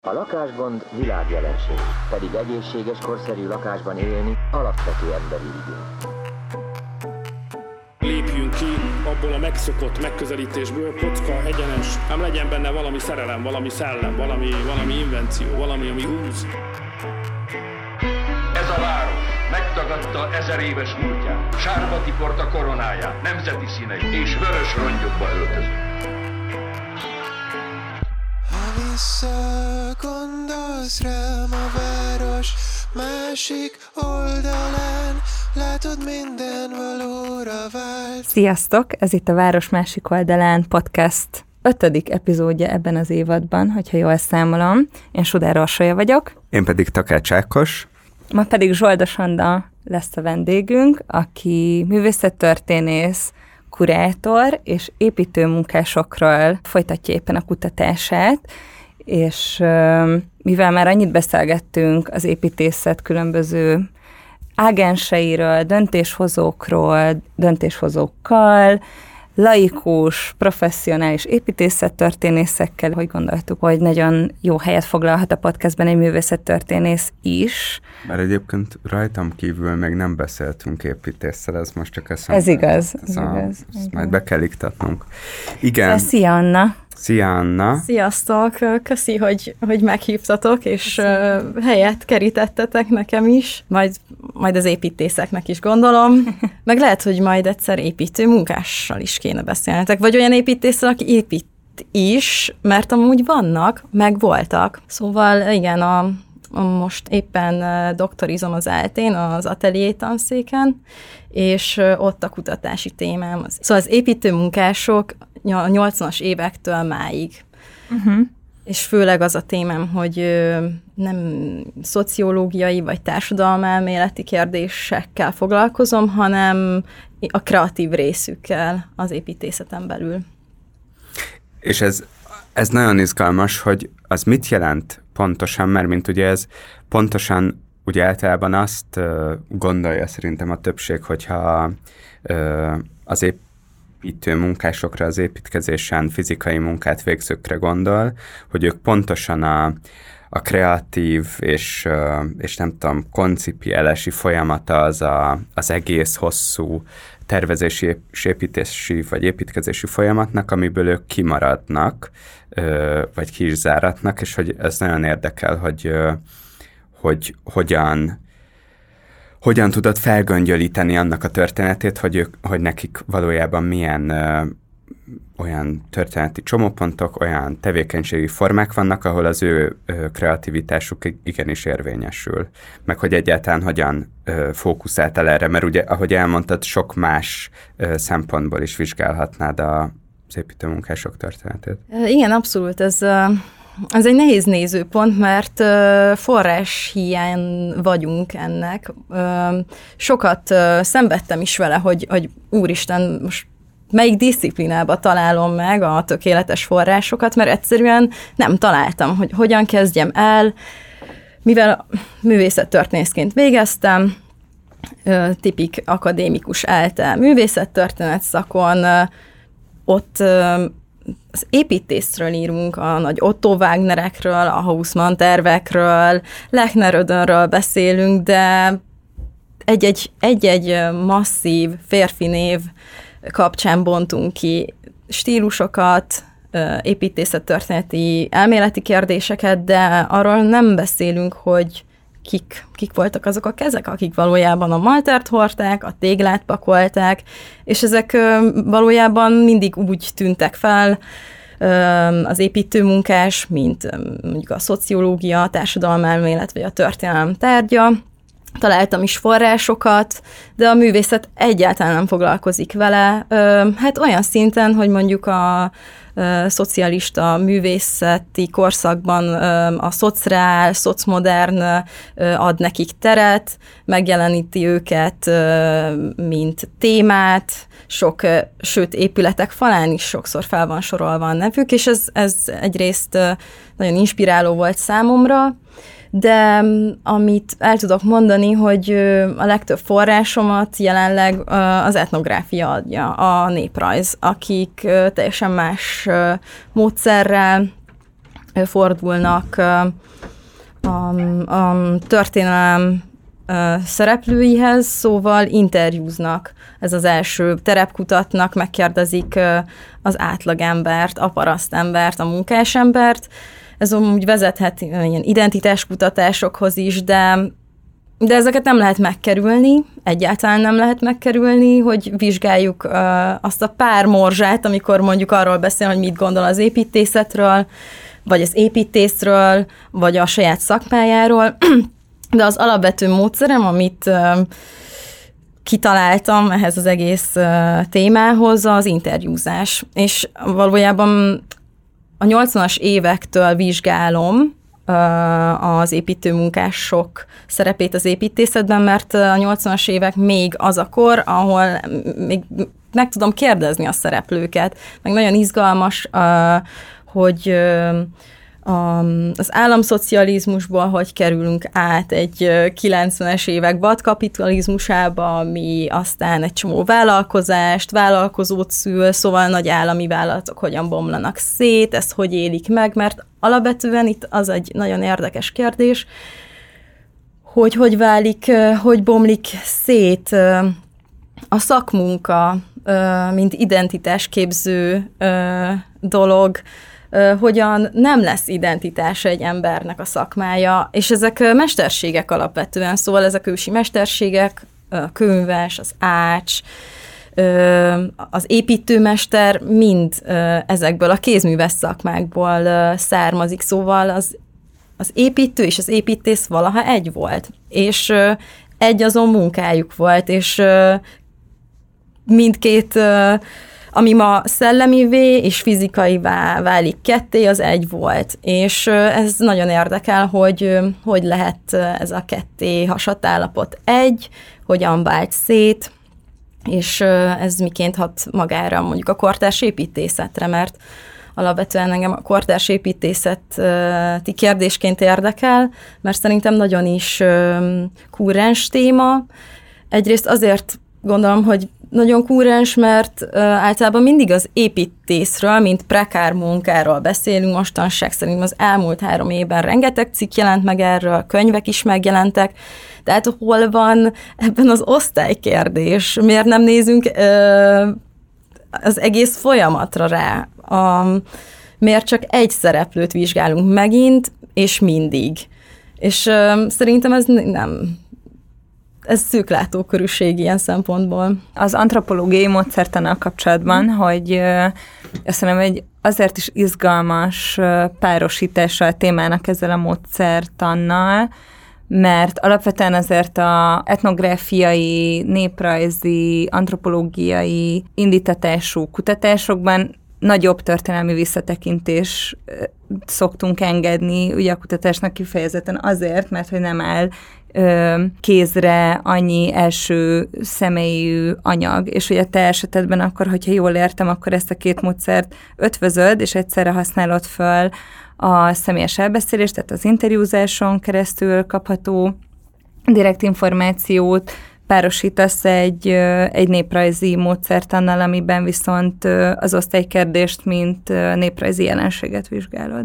A lakásgond világjelenség, pedig egészséges, korszerű lakásban élni alapvető emberi igény. Lépjünk ki abból a megszokott megközelítésből, kocka, egyenes, ám legyen benne valami szerelem, valami szellem, valami invenció, valami, ami húz. Ez a város megtagadta 1000 éves múltját, sárba tiporta koronáját, nemzeti színeit és vörös rongyokba öltözött. Visszagondolsz rám a város másik oldalán, látod minden valóra vált. Sziasztok! Ez itt a Város másik oldalán podcast 5. epizódja ebben az évadban, hogyha jól számolom. Én Sudár Orsolya vagyok. Én pedig Takács Ákos. Ma pedig Zsoldos Anda lesz a vendégünk, aki művészettörténész, kurátor és építőmunkásokról folytatja éppen a kutatását, és mivel már annyit beszélgettünk az építészet különböző ágenseiről, döntéshozókkal, laikus, professzionális építészettörténészekkel, hogy gondoltuk, hogy nagyon jó helyet foglalhat a podcastben egy művészettörténész is. Mert egyébként rajtam kívül még nem beszéltünk építésszel, ez most csak eszembe. Ez igaz. Ezt majd be kell iktatnunk. Igen. Szia, Anna! Szia, Anna! Sziasztok! Köszi, hogy meghívtatok, és helyet kerítettetek nekem is, majd az építészeknek is gondolom, meg lehet, hogy majd egyszer építő munkással is kéne beszélnetek, vagy olyan építéssel, aki épít is, mert amúgy vannak, meg voltak. Szóval igen, most éppen doktorizom az ELTE-n, az atelier tanszéken, és ott a kutatási témám. Szóval az építőmunkások a 80-as évektől máig. Uh-huh. És főleg az a témám, hogy nem szociológiai vagy társadalmelméleti kérdésekkel foglalkozom, hanem a kreatív részükkel az építészeten belül. És ez nagyon izgalmas, hogy az mit jelent pontosan, mert mint ugye ez pontosan ugye általában azt gondolja szerintem a többség, hogyha az építő munkásokra, az építkezésen fizikai munkát végzőkre gondol, hogy ők pontosan a kreatív és nem tudom, koncipiállási folyamata az egész hosszú tervezési és építési vagy építkezési folyamatnak, amiből ők kimaradnak, vagy ki is záratnak, és hogy ez nagyon érdekel, hogy hogyan tudod felgöngyölíteni annak a történetét, hogy nekik valójában milyen olyan történeti csomópontok, olyan tevékenységi formák vannak, ahol az ő kreativitásuk igenis érvényesül. Meg hogy egyáltalán hogyan fókuszáltál erre, mert ugye, ahogy elmondtad, sok más szempontból is vizsgálhatnád az építőmunkások történetét. Igen, abszolút. Ez egy nehéz nézőpont, mert forráshiány vagyunk ennek. Sokat szenvedtem is vele, hogy úristen, most melyik diszciplinába találom meg a tökéletes forrásokat, mert egyszerűen nem találtam, hogy hogyan kezdjem el, mivel művészettörténészként végeztem, tipik akadémikus ELTE művészettörténet szakon, ott az építészről írunk, a nagy Otto Wagnerekről, a Haussmann tervekről, Lechner-Ödönről beszélünk, de egy-egy masszív férfi név kapcsán bontunk ki stílusokat, építészettörténeti elméleti kérdéseket, de arról nem beszélünk, hogy kik voltak azok a kezek, akik valójában a maltert hordták, a téglát pakolták, és ezek valójában mindig úgy tűntek fel az építőmunkás, mint mondjuk a szociológia, a társadalmelmélet vagy a történelem tárgya. Találtam is forrásokat, de a művészet egyáltalán nem foglalkozik vele. Hát olyan szinten, hogy mondjuk a szocialista művészeti korszakban a szocreál, szocmodern ad nekik teret, megjeleníti őket, mint témát, sőt épületek falán is sokszor fel van sorolva a nevük, és ez egyrészt nagyon inspiráló volt számomra, de amit el tudok mondani, hogy a legtöbb forrásomat jelenleg az etnográfia adja, a néprajz, akik teljesen más módszerrel fordulnak a történelem szereplőihez, szóval interjúznak. Ez az első, terepkutatnak, megkérdezik az átlagembert, a parasztembert, a munkásembert. Ez úgy vezethet ilyen identitáskutatásokhoz is, de ezeket nem lehet megkerülni, egyáltalán nem lehet megkerülni, hogy vizsgáljuk azt a pár morzsát, amikor mondjuk arról beszél, hogy mit gondol az építészetről, vagy az építészről, vagy a saját szakmájáról. De az alapvető módszerem, amit kitaláltam ehhez az egész témához, az interjúzás. És valójában a 80-as évektől vizsgálom az építőmunkások szerepét az építészetben, mert a 80-as évek még az a kor, ahol még meg tudom kérdezni a szereplőket. Meg nagyon izgalmas, hogy az államszocializmusból hogy kerülünk át egy 90-es évek vadkapitalizmusába, ami aztán egy csomó vállalkozást, vállalkozót szül, szóval nagy állami vállalatok hogyan bomlanak szét, ezt hogy élik meg, mert alapvetően itt az egy nagyon érdekes kérdés, hogy válik, hogy bomlik szét a szakmunka, mint identitásképző dolog, hogyan nem lesz identitása egy embernek a szakmája, és ezek mesterségek alapvetően, szóval ezek ősi mesterségek, a könyves, az ács, az építőmester mind ezekből a kézműves szakmákból származik, szóval az építő és az építész valaha egy volt, és egy azon munkájuk volt, és mindkét, ami ma szellemivé és fizikaivá válik ketté, az egy volt. És ez nagyon érdekel, hogy lehet ez a ketté hasadt állapot egy, hogyan vált szét, és ez miként hat magára mondjuk a kortárs építészetre, mert alapvetően engem a kortárs építészeti kérdésként érdekel, mert szerintem nagyon is kúrens téma. Egyrészt azért gondolom, hogy nagyon kúrens, mert általában mindig az építészről, mint prekár munkáról beszélünk, mostanság szerintem az elmúlt 3 évben rengeteg cikk jelent meg erről, könyvek is megjelentek, tehát hol van ebben az osztálykérdés? Miért nem nézünk az egész folyamatra rá? Miért csak egy szereplőt vizsgálunk megint, és mindig? És szerintem ez nem... Ez szűklátókörűség ilyen szempontból. Az antropológiai módszertannal kapcsolatban, hogy azt mondom, hogy azért is izgalmas párosítása a témának ezzel a módszertannal, mert alapvetően azért az etnográfiai, néprajzi, antropológiai indítatású kutatásokban nagyobb történelmi visszatekintés szoktunk engedni, ugye a kutatásnak kifejezetten azért, mert hogy nem áll kézre annyi első személyű anyag, és ugye te esetedben akkor, hogyha jól értem, akkor ezt a két módszert ötvözöd, és egyszerre használod föl a személyes elbeszélést, tehát az interjúzáson keresztül kapható direkt információt, párosítasz egy néprajzi módszertannal, amiben viszont az osztálykérdést, mint néprajzi jelenséget vizsgálod.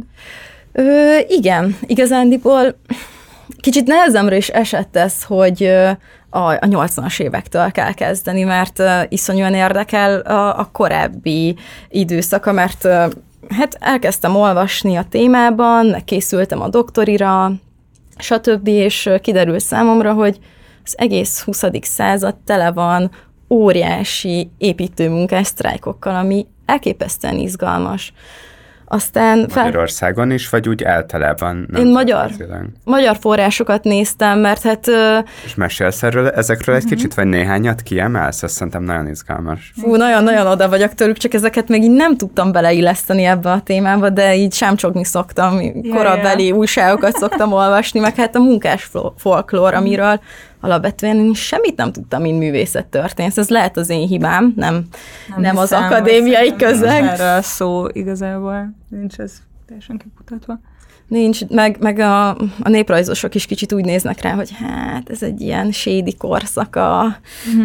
Igen, igazándiból kicsit nehezemre is esett ez, hogy a 80-as évektől kell kezdeni, mert iszonyúan érdekel a korábbi időszaka, mert hát elkezdtem olvasni a témában, készültem a doktorira, stb., és kiderült számomra, hogy az egész 20. század tele van óriási építőmunkás sztrájkokkal, ami elképesztően izgalmas. Aztán Magyarországon is, vagy úgy általában? Én magyar forrásokat néztem, mert hát... És mesélsz ezekről egy kicsit, vagy néhányat kiemelsz? Azt szerintem nagyon izgalmas. Fú, nagyon-nagyon oda vagyok tőlük, csak ezeket még így nem tudtam beleilleszteni ebbe a témába, de így sámcsogni szoktam, korabeli újságokat szoktam olvasni, meg hát a munkás folklór, amiről alapvetően én semmit nem tudtam, mint művészettörténész. Ez lehet az én hibám, nem az akadémiai közeg. Erről szó igazából, nincs ez teljesen kimutatva. Nincs, meg a néprajzosok is kicsit úgy néznek rá, hogy hát ez egy ilyen shady korszaka.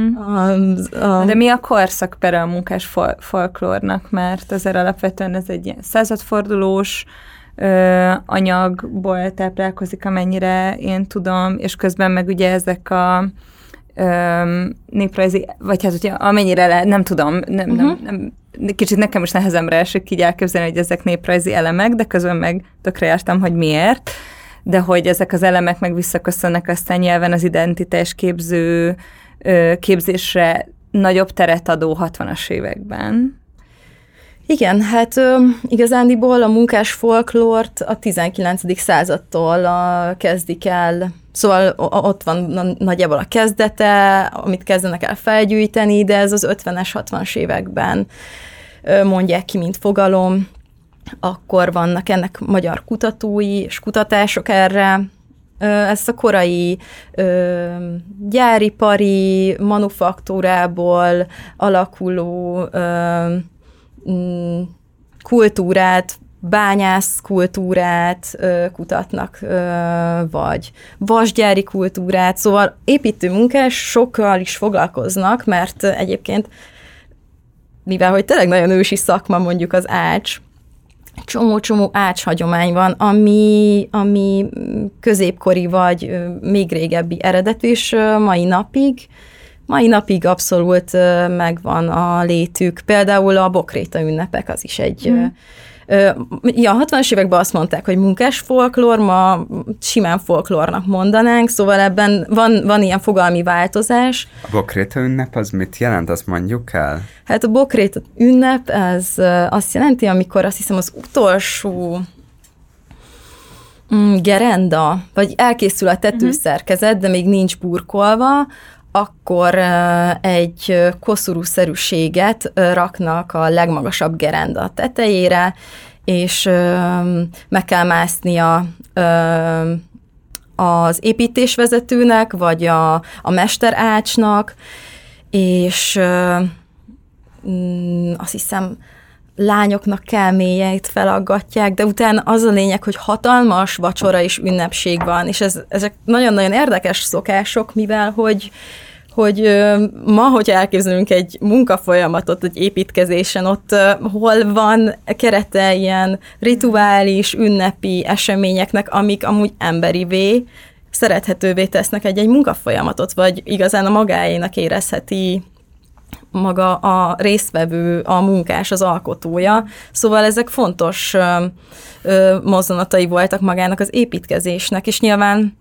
De mi a korszak például a munkás folklórnak, mert azért alapvetően ez egy ilyen századfordulós anyagból táplálkozik, amennyire én tudom, és közben meg ugye ezek a néprajzi, vagy hát ugye amennyire lehet, nem tudom, nem, kicsit nekem is nehezemre esik így elképzelni, hogy ezek néprajzi elemek, de közben meg tökre jártam, hogy miért, de hogy ezek az elemek meg visszaköszönnek aztán nyelven az identitás képzésre nagyobb teret adó 60-as években. Igen, hát igazándiból a munkás folklórt a 19. századtól kezdik el, szóval ott van nagyjából a kezdete, amit kezdenek el felgyűjteni, de ez az 50-es, 60-as években mondják ki, mint fogalom. Akkor vannak ennek magyar kutatói és kutatások erre. Ezt a korai gyáripari, manufaktúrából alakuló kultúrát, bányász kultúrát kutatnak, vagy vasgyári kultúrát, szóval építőmunkás sokkal is foglalkoznak, mert egyébként, mivel hogy tényleg nagyon ősi szakma mondjuk az ács, csomó ácshagyomány van, ami középkori vagy még régebbi eredetű, és mai napig abszolút megvan a létük. Például a bokréta ünnepek, az is egy... A 60-as években azt mondták, hogy munkás folklór, ma simán folklórnak mondanánk, szóval ebben van ilyen fogalmi változás. A bokréta ünnep az mit jelent, azt mondjuk el? Hát a bokréta ünnep, ez azt jelenti, amikor azt hiszem az utolsó gerenda, vagy elkészül a tetőszerkezet, de még nincs burkolva, akkor egy koszorúszerűséget raknak a legmagasabb gerenda tetejére, és meg kell másznia az építésvezetőnek, vagy a mesterácsnak, és azt hiszem, lányoknak kell mélyeit felaggatják, de utána az a lényeg, hogy hatalmas vacsora és ünnepség van, és ezek nagyon-nagyon érdekes szokások, mivel hogy ma, hogyha elképzelünk egy munkafolyamatot, egy építkezésen, ott hol van kerete ilyen rituális, ünnepi eseményeknek, amik amúgy emberivé, szerethetővé tesznek egy munkafolyamatot, vagy igazán a magáénak érezheti maga a résztvevő, a munkás, az alkotója. Szóval ezek fontos mozzanatai voltak magának az építkezésnek, és nyilván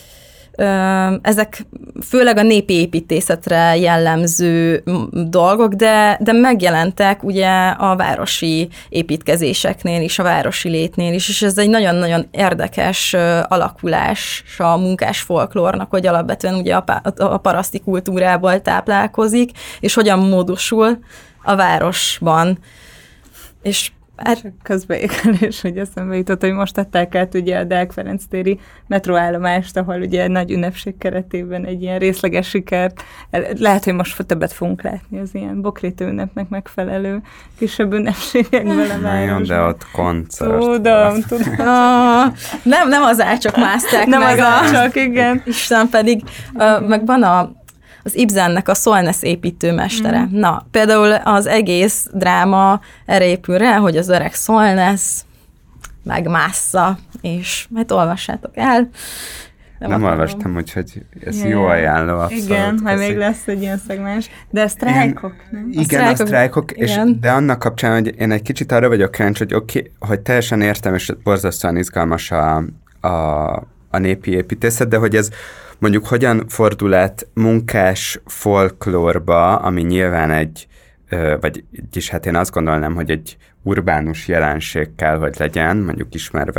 ezek főleg a népi építészetre jellemző dolgok, de megjelentek ugye a városi építkezéseknél is, a városi létnél is, és ez egy nagyon-nagyon érdekes alakulás a munkás folklórnak, hogy alapvetően ugye a paraszti kultúrából táplálkozik, és hogyan módosul a városban. És közbeékelés, hogy eszembe jutott, hogy most tettek át ugye a Deák Ferenc téri metróállomást, ahol ugye nagy ünnepség keretében egy ilyen részleges sikert. Lehet, hogy most többet fogunk látni az ilyen bokréta ünnepnek megfelelő kisebb ünnepségekben a városban. De ott koncert. Tudom. Nem az ácsok mászták nem meg. Nem az ácsok, igen. Isten pedig, meg van az Ibsennek a Szolnesz építőmestere. Na, például az egész dráma erre épül rá, hogy az öreg Szolnesz megmássza, és majd olvassátok el. Nem olvastam, úgyhogy ez jó ajánló, abszolút. Igen, majd még lesz egy ilyen szegmens. De a sztrájkok, nem? Igen, a sztrájkok, és de annak kapcsán, hogy én egy kicsit arra vagyok kíváncsi, hogy hogy teljesen értem, és borzasztóan izgalmas a népi építészet, de hogy ez mondjuk hogyan fordul át munkás folklórba, ami nyilván vagyis hát én azt gondolnám, hogy egy urbánus jelenség kell, hogy legyen, mondjuk ismerve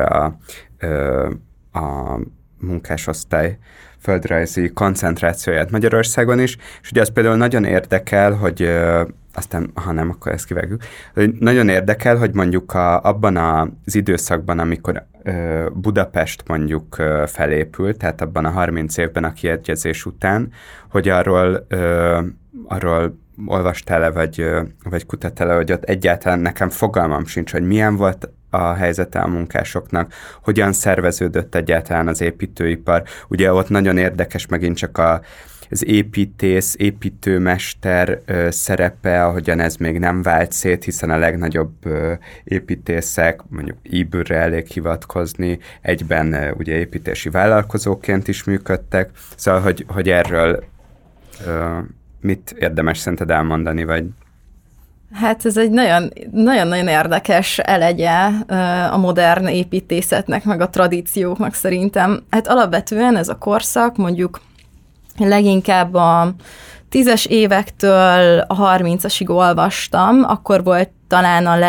a munkásosztály földrajzi koncentrációját Magyarországon is, és ugye az például nagyon érdekel, hogy aztán, ha nem, akkor ezt kivágjuk, nagyon érdekel, hogy mondjuk abban az időszakban, amikor Budapest mondjuk felépült, tehát abban a 30 évben a kiegyezés után, hogy arról olvastál-e, vagy kutattál-e, hogy ott egyáltalán nekem fogalmam sincs, hogy milyen volt a helyzete a munkásoknak, hogyan szerveződött egyáltalán az építőipar. Ugye ott nagyon érdekes megint csak az építész, építőmester szerepe, ahogyan ez még nem vált szét, hiszen a legnagyobb építészek, mondjuk Íbürre elég hivatkozni, egyben ugye építési vállalkozóként is működtek, szóval, hogy erről mit érdemes szerinted elmondani, vagy... Hát ez egy nagyon-nagyon érdekes elegye a modern építészetnek, meg a tradícióknak szerintem. Hát alapvetően ez a korszak mondjuk leginkább a 10-es évektől a 30-asig olvastam, akkor volt talán a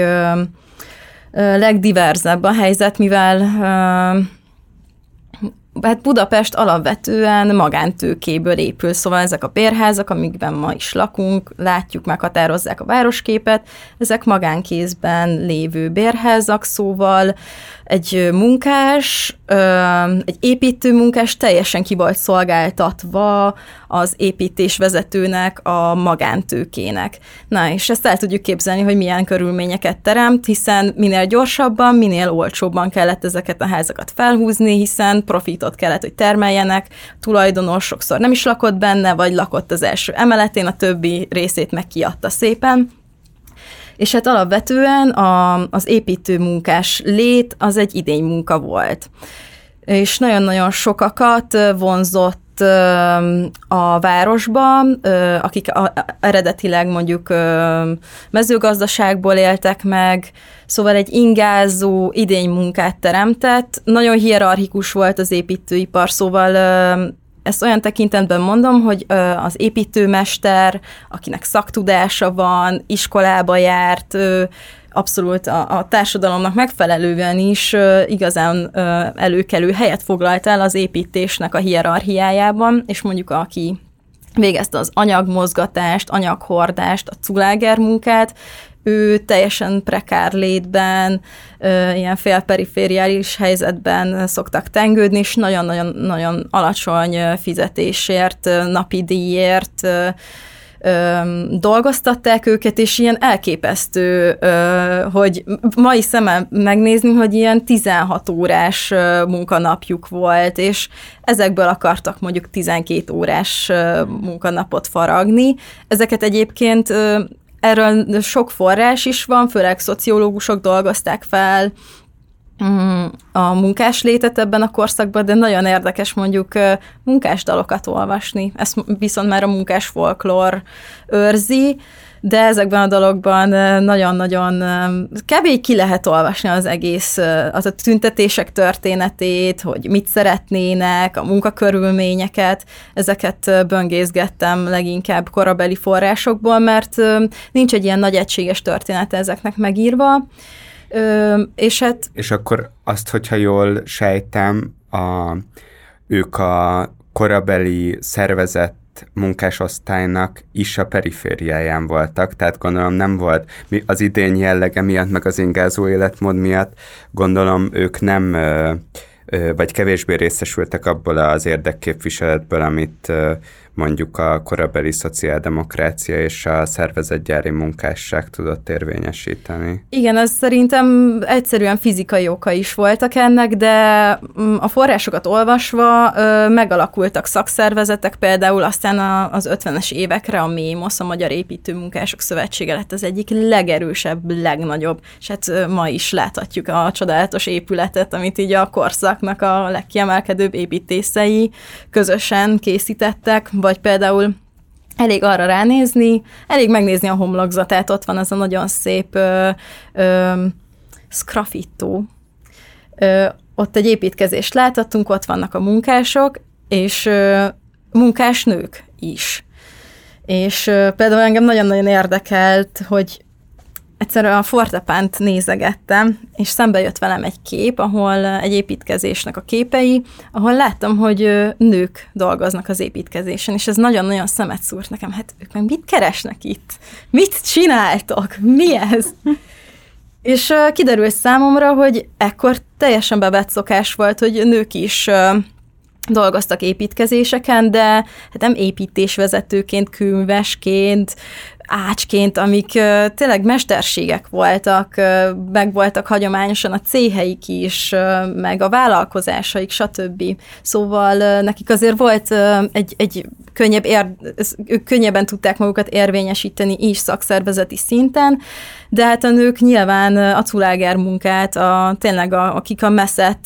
legdiverzebb a helyzet, mivel hát Budapest alapvetően magántőkéből épül, szóval ezek a bérházak, amikben ma is lakunk, látjuk, meghatározzák a városképet, ezek magánkézben lévő bérházak, szóval egy munkás, egy építőmunkás teljesen ki volt szolgáltatva az építésvezetőnek, a magántőkének. Na, és ezt el tudjuk képzelni, hogy milyen körülményeket teremt, hiszen minél gyorsabban, minél olcsóbban kellett ezeket a házakat felhúzni, hiszen profitot kellett, hogy termeljenek, a tulajdonos sokszor nem is lakott benne, vagy lakott az első emeletén, a többi részét meg kiadta szépen. És hát alapvetően az építőmunkás lét az egy idénymunka volt. És nagyon-nagyon sokakat vonzott a városba, akik eredetileg mondjuk mezőgazdaságból éltek meg, szóval egy ingázó idénymunkát teremtett. Nagyon hierarchikus volt az építőipar, szóval ezt olyan tekintetben mondom, hogy az építőmester, akinek szaktudása van, iskolába járt, abszolút a társadalomnak megfelelően is igazán előkelő helyet foglalt el az építésnek a hierarchiájában, és mondjuk aki végezte az anyagmozgatást, anyaghordást, a culágermunkát, ő teljesen prekár létben, ilyen félperifériális helyzetben szoktak tengődni, és nagyon-nagyon alacsony fizetésért, napi díjért dolgoztatták őket, és ilyen elképesztő, hogy mai szemmel megnézni, hogy ilyen 16 órás munkanapjuk volt, és ezekből akartak mondjuk 12 órás munkanapot faragni. Ezeket egyébként erről sok forrás is van, főleg szociológusok dolgozták fel a munkáslétet ebben a korszakban, de nagyon érdekes mondjuk munkásdalokat olvasni. Ezt viszont már a munkás folklór őrzi, de ezekben a dalokban nagyon-nagyon kevés ki lehet olvasni az egész, az a tüntetések történetét, hogy mit szeretnének, a munkakörülményeket, ezeket böngészgettem leginkább korabeli forrásokból, mert nincs egy ilyen nagy egységes története ezeknek megírva. És akkor azt, hogyha jól sejtem, ők a korabeli szervezett munkásosztálynak is a perifériáján voltak, tehát gondolom nem volt az idény jellege miatt, meg az ingázó életmód miatt, gondolom ők nem, vagy kevésbé részesültek abból az érdekképviseletből, amit mondjuk a korabeli szociáldemokrácia és a szervezetgyári munkásság tudott érvényesíteni. Igen, ez szerintem egyszerűen fizikai oka is voltak ennek, de a forrásokat olvasva megalakultak szakszervezetek, például aztán az 50-es évekre a MEMOSZ, a Magyar Építőmunkások Szövetsége lett az egyik legerősebb, legnagyobb, és hát ma is láthatjuk a csodálatos épületet, amit így a korszaknak a legkiemelkedőbb építészei közösen készítettek, vagy például elég arra ránézni, elég megnézni a homlokzatát, ott van az a nagyon szép szgraffitó. Ott egy építkezést láthattunk, ott vannak a munkások, és munkásnők is. És például engem nagyon-nagyon érdekelt, hogy egyszerűen a Fortepánt nézegettem, és szembe jött velem egy kép, ahol egy építkezésnek a képei, ahol láttam, hogy nők dolgoznak az építkezésen, és ez nagyon-nagyon szemet szúrt nekem. Hát ők meg mit keresnek itt? Mit csináltok? Mi ez? És kiderült számomra, hogy ekkor teljesen bevett szokás volt, hogy nők is dolgoztak építkezéseken, de hát nem építésvezetőként, kőművesként, ácsként, amik tényleg mesterségek voltak, meg voltak hagyományosan a céheik is, meg a vállalkozásaik, stb. Szóval nekik azért volt egy ők könnyebben tudták magukat érvényesíteni is szakszervezeti szinten, de hát a nők nyilván a culáger munkát, tényleg akik a messzet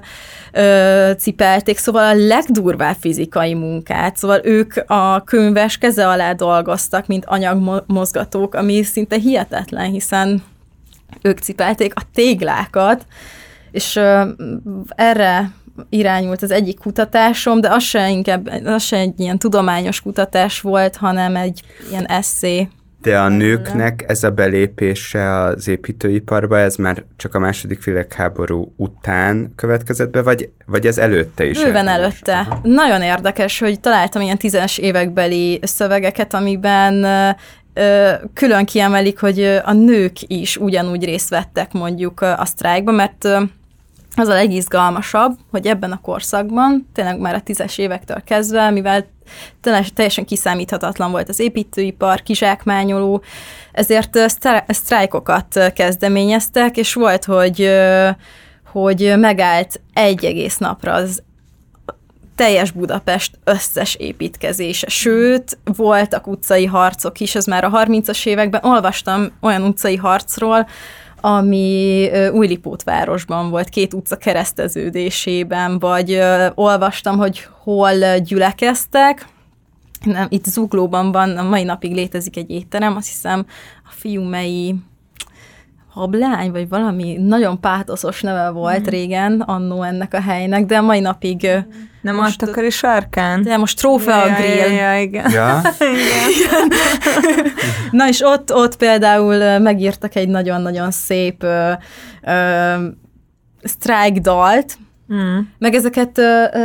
cipelték, szóval a legdurvább fizikai munkát, szóval ők a könyves keze alá dolgoztak, mint anyagmozgatók, ami szinte hihetetlen, hiszen ők cipelték a téglákat, és erre irányult az egyik kutatásom, de az se egy ilyen tudományos kutatás volt, hanem egy ilyen esszé. De a nőknek ez a belépése az építőiparba, ez már csak a második világháború után következett be, vagy ez előtte is? Bőven előtte. Aha. Nagyon érdekes, hogy találtam ilyen 10-es évekbeli szövegeket, amiben külön kiemelik, hogy a nők is ugyanúgy részt vettek mondjuk a sztrájkban, mert az a legizgalmasabb, hogy ebben a korszakban, tényleg már a 10-es évektől kezdve, mivel teljesen kiszámíthatatlan volt az építőipar, kizsákmányoló, ezért sztrájkokat kezdeményeztek, és volt, hogy megállt egy egész napra az teljes Budapest összes építkezése. Sőt, voltak utcai harcok is, ez már a 30-as években. Olvastam olyan utcai harcról, ami Újlipótvárosban volt, 2 utca kereszteződésében, vagy olvastam, hogy hol gyülekeztek. Nem, itt Zuglóban van, a mai napig létezik egy étterem, azt hiszem a Fiumei Hablány, vagy valami nagyon pátoszos neve volt régen annó ennek a helynek, de a mai napig... Nem Attakari sarkán? De most Trófea Grill. Ja, igen. Ja? Igen. Na és ott például megírtak egy nagyon-nagyon szép strike dalt, meg ezeket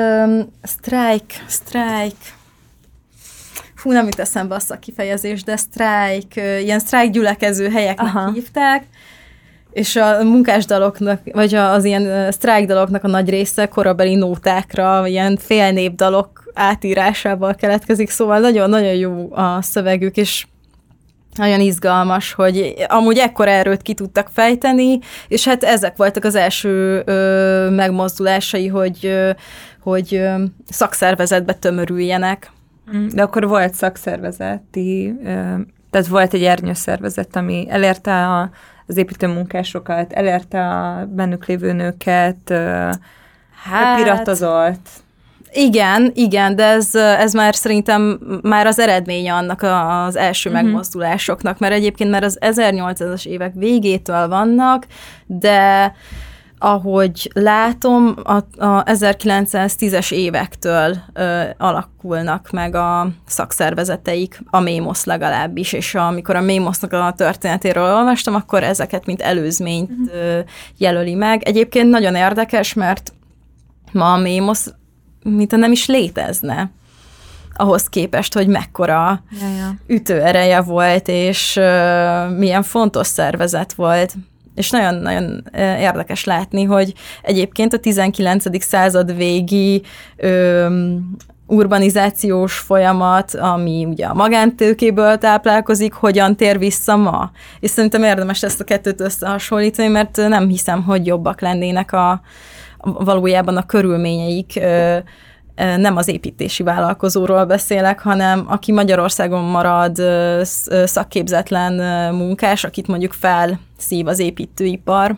strike, fú, nem jut eszembe azt a kifejezés, de ilyen strike gyülekező helyeknek hívták, és a munkásdaloknak, vagy az ilyen sztrájkdaloknak a nagy része korabeli nótákra, ilyen félnépdalok átírásával keletkezik, szóval nagyon-nagyon jó a szövegük, és nagyon izgalmas, hogy amúgy ekkora erőt ki tudtak fejteni, és hát ezek voltak az első megmozdulásai, hogy szakszervezetbe tömörüljenek. De akkor volt szakszervezeti, tehát volt egy ernyőszervezet, ami elérte az építőmunkásokat, elérte a bennük lévő nőket, piratozolt. Igen, de ez már szerintem már az eredménye annak az első megmozdulásoknak, mert egyébként már az 1800-as évek végétől vannak, de ahogy látom, a 1910-es évektől alakulnak meg a szakszervezeteik, a Mémosz legalábbis, és amikor a Mémosznak a történetéről olvastam, akkor ezeket mint előzményt jelöli meg. Egyébként nagyon érdekes, mert ma a Mémosz mintha nem is létezne ahhoz képest, hogy mekkora ütőereje volt, és milyen fontos szervezet volt. És nagyon-nagyon érdekes látni, hogy egyébként a 19. század végi urbanizációs folyamat, ami ugye a magántőkéből táplálkozik, hogyan tér vissza ma. És szerintem érdemes ezt a kettőt összehasonlítani, mert nem hiszem, hogy jobbak lennének valójában a körülményeik. Nem az építési vállalkozóról beszélek, hanem aki Magyarországon marad szakképzetlen munkás, akit mondjuk felszív az építőipar.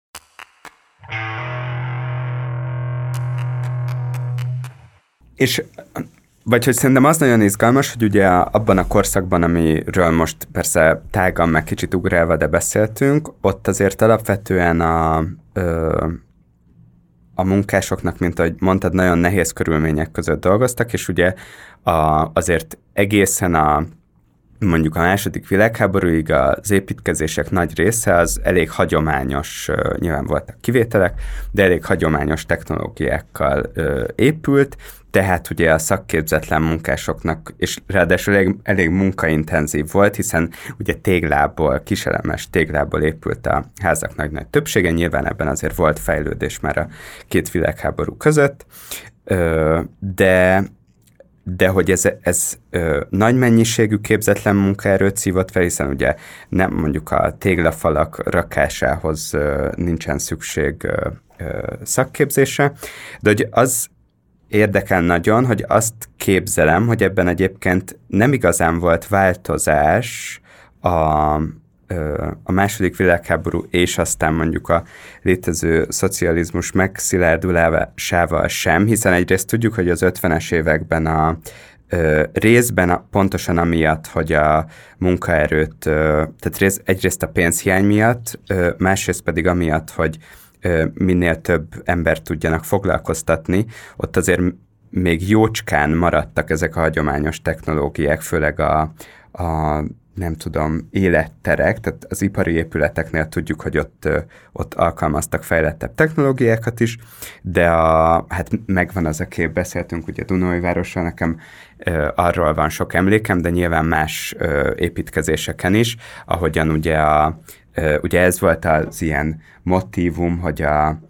És vagy hogy szerintem az nagyon izgalmas, hogy ugye abban a korszakban, amiről most persze tágan meg kicsit ugrálva, de beszéltünk, ott azért alapvetően a munkásoknak, mint ahogy mondtad, nagyon nehéz körülmények között dolgoztak, és ugye azért egészen mondjuk a második világháborúig az építkezések nagy része az elég hagyományos, nyilván voltak kivételek, de elég hagyományos technológiákkal épült, tehát ugye a szakképzetlen munkásoknak, és ráadásul elég munkaintenzív volt, hiszen ugye kiselemes téglából épült a házak nagy többsége, nyilván ebben azért volt fejlődés már a 2 világháború között, de de hogy ez nagy mennyiségű képzetlen munkaerőt szívott fel, hiszen ugye nem mondjuk a téglafalak rakásához nincsen szükség szakképzésre, de hogy az érdekel nagyon, hogy azt képzelem, hogy ebben egyébként nem igazán volt változás a második világháború és aztán mondjuk a létező szocializmus megszilárdulásával sem, hiszen egyrészt tudjuk, hogy az 50-es években a részben pontosan amiatt, hogy a munkaerőt, tehát egyrészt a pénzhiány miatt, másrészt pedig amiatt, hogy minél több embert tudjanak foglalkoztatni, ott azért még jócskán maradtak ezek a hagyományos technológiák, főleg a nem tudom, életterek, tehát az ipari épületeknél tudjuk, hogy ott alkalmaztak fejlettebb technológiákat is, de hát megvan az a kép, beszéltünk ugye Dunaújvárosról, nekem arról van sok emlékem, de nyilván más építkezéseken is, ahogyan ugye ez volt az ilyen motívum, hogy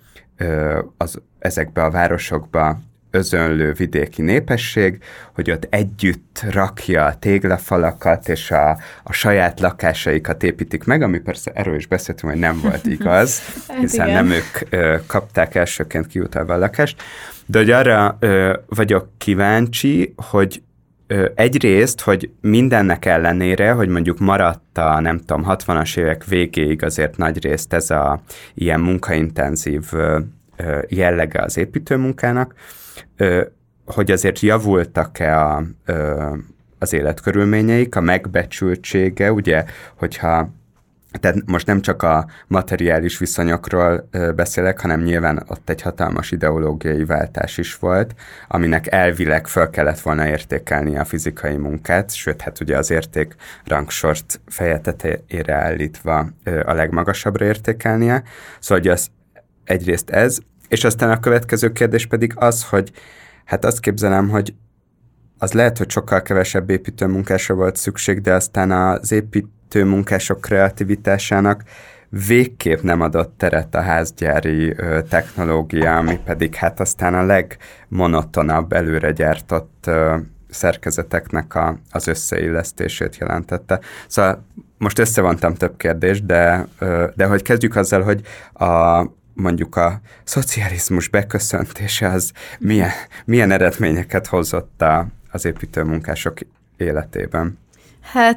ezekbe a városokba özönlő vidéki népesség, hogy ott együtt rakja a téglafalakat, és a saját lakásaikat építik meg, ami persze erről is beszéltünk, hogy nem volt igaz, hiszen nem ők kapták elsőként kiutalva a lakást, de hogy arra vagyok kíváncsi, hogy egyrészt, hogy mindennek ellenére, hogy mondjuk maradt a, nem tudom, 60-as évek végéig azért nagy részt ez a ilyen munkaintenzív jellege az építőmunkának, hogy azért javultak-e az életkörülményeik, a megbecsültsége, ugye, hogyha tehát most nem csak a materiális viszonyokról beszélek, hanem nyilván ott egy hatalmas ideológiai váltás is volt, aminek elvileg föl kellett volna értékelni a fizikai munkát, sőt, hát ugye az értékrangsort feje tetejére állítva a legmagasabbra értékelnie. Szóval hogy az egyrészt ez, és aztán a következő kérdés pedig az, hogy hát azt képzelem, hogy az lehet, hogy sokkal kevesebb építőmunkásra volt szükség, de aztán az építőmunkások kreativitásának végképp nem adott teret a házgyári technológia, ami pedig hát aztán a legmonotonabb előre gyártott szerkezeteknek az összeillesztését jelentette. Szóval most összevontam több kérdést, de hogy kezdjük azzal, hogy mondjuk a szocializmus beköszöntése az milyen eredményeket hozott az építőmunkások életében? Hát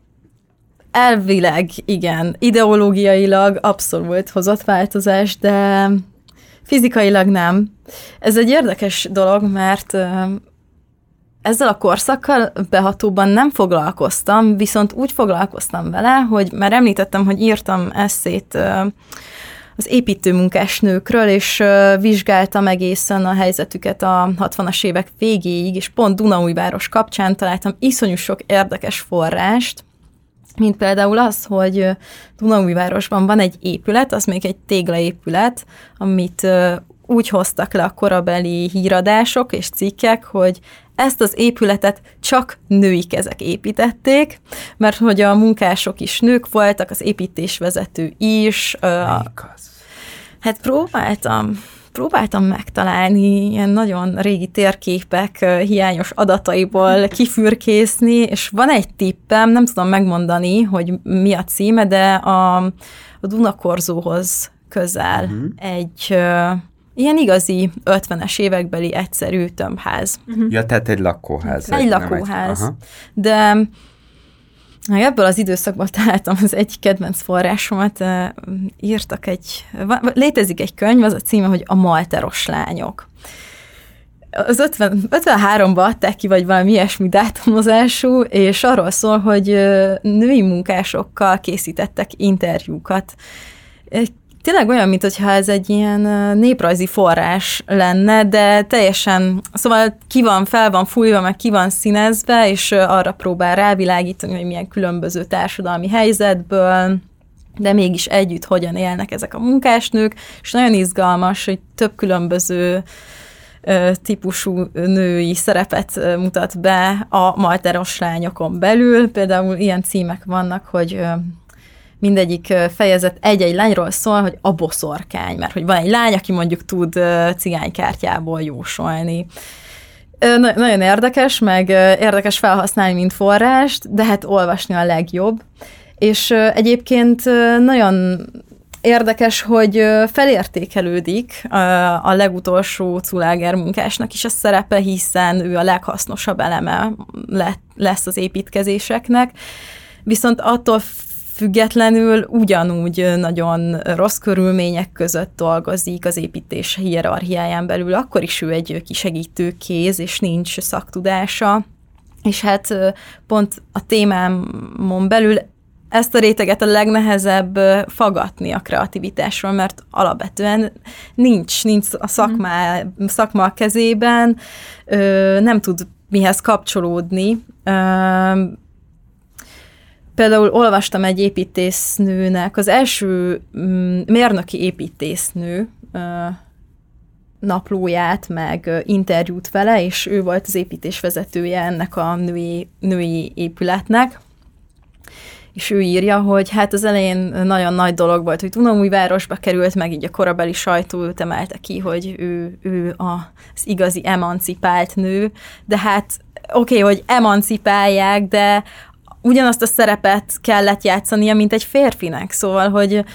elvileg igen, ideológiailag abszolút hozott változást, de fizikailag nem. Ez egy érdekes dolog, mert ezzel a korszakkal behatóban nem foglalkoztam, viszont úgy foglalkoztam vele, hogy már említettem, hogy írtam esszét az építőmunkás nőkről, és vizsgáltam egészen a helyzetüket a 60-as évek végéig, és pont Dunaújváros kapcsán találtam iszonyú sok érdekes forrást, mint például az, hogy Dunaújvárosban van egy épület, az még egy téglaépület, amit úgy hoztak le a korabeli híradások és cikkek, hogy ezt az épületet csak női kezek építették, mert hogy a munkások is nők voltak, az építésvezető is. Hát próbáltam megtalálni ilyen nagyon régi térképek hiányos adataiból kifürkészni, és van egy tippem, nem tudom megmondani, hogy mi a címe, de a Dunakorzóhoz közel egy ilyen igazi 50-es évekbeli egyszerű tömbház. Ja, tehát egy lakóház. Egy lakóház. De ebből az időszakban találtam az egy kedvenc forrásomat, létezik egy könyv, az a címe, hogy A malteros lányok. Az 53-ban adták ki, vagy valami ilyesmi dátumozású, és arról szól, hogy női munkásokkal készítettek interjúkat. Tényleg olyan, mintha ez egy ilyen néprajzi forrás lenne, de teljesen, szóval fel van fújva, meg ki van színezve, és arra próbál rávilágítani, hogy milyen különböző társadalmi helyzetből, de mégis együtt hogyan élnek ezek a munkásnők, és nagyon izgalmas, hogy több különböző típusú női szerepet mutat be a malteros lányokon belül. Például ilyen címek vannak, hogy mindegyik fejezet egy-egy lányról szól, hogy a boszorkány, mert hogy van egy lány, aki mondjuk tud cigánykártyából jósolni. Nagyon érdekes, meg érdekes felhasználni, mint forrást, de hát olvasni a legjobb. És egyébként nagyon érdekes, hogy felértékelődik a legutolsó Czulager munkásnak is a szerepe, hiszen ő a leghasznosabb eleme lesz az építkezéseknek, viszont attól függetlenül ugyanúgy nagyon rossz körülmények között dolgozik az építés hierarchiáján belül, akkor is ő egy kisegítő kéz, és nincs szaktudása, és hát pont a témámon belül ezt a réteget a legnehezebb faggatni a kreativitásról, mert alapvetően nincs a szakma a kezében, nem tud mihez kapcsolódni. Például olvastam egy építésznőnek, az első mérnöki építésznő naplóját, meg interjút vele, és ő volt az építésvezetője ennek a női épületnek. És ő írja, hogy hát az elején nagyon nagy dolog volt, hogy Dunaújvárosba került, meg így a korabeli sajtó őt emelte ki, hogy ő az igazi emancipált nő, de hát oké, hogy emancipálják, de ugyanazt a szerepet kellett játszania, mint egy férfinek, szóval,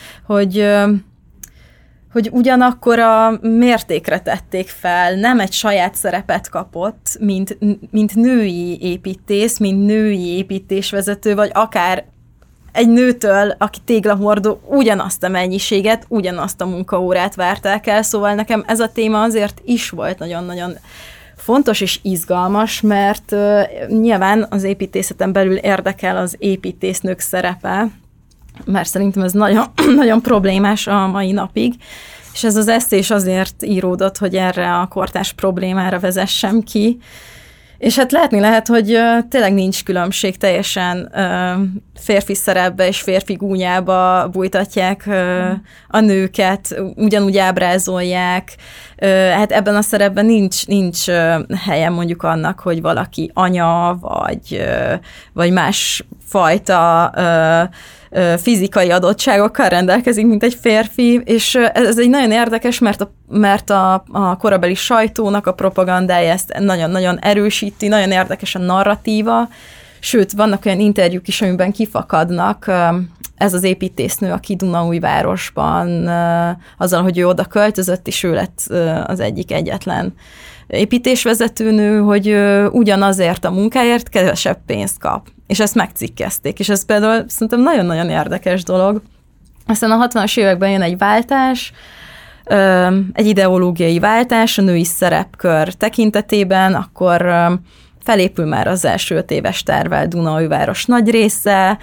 hogy ugyanakkor a mértékre tették fel, nem egy saját szerepet kapott, mint női építész, mint női építésvezető, vagy akár egy nőtől, aki téglahordó, ugyanazt a mennyiséget, ugyanazt a munkaórát várták el, szóval nekem ez a téma azért is volt nagyon-nagyon fontos és izgalmas, mert nyilván az építészeten belül érdekel az építésznők szerepe, mert szerintem ez nagyon, nagyon problémás a mai napig, és ez az esszé is azért íródott, hogy erre a kortárs problémára vezessem ki, és hát látni lehet, hogy tényleg nincs különbség, teljesen férfi szerepbe és férfi gúnyába bújtatják a nőket, ugyanúgy ábrázolják. Hát ebben a szerepben nincs helye mondjuk annak, hogy valaki anya, vagy más fajta fizikai adottságokkal rendelkezik, mint egy férfi, és ez egy nagyon érdekes, mert a korabeli sajtónak a propagandája ezt nagyon-nagyon erősíti, nagyon érdekes a narratíva, sőt, vannak olyan interjúk is, amiben kifakadnak ez az építésznő, aki Dunaújvárosban, azzal, hogy ő oda költözött, és ő lett az egyik egyetlen építésvezetőnő, hogy ugyanazért a munkáért kevesebb pénzt kap. És ezt megcikkezték. És ez például szerintem nagyon-nagyon érdekes dolog. Aztán a 60-as években jön egy váltás, egy ideológiai váltás a női szerepkör tekintetében, akkor felépül már az első 5 éves tervvel Dunaújváros nagy része,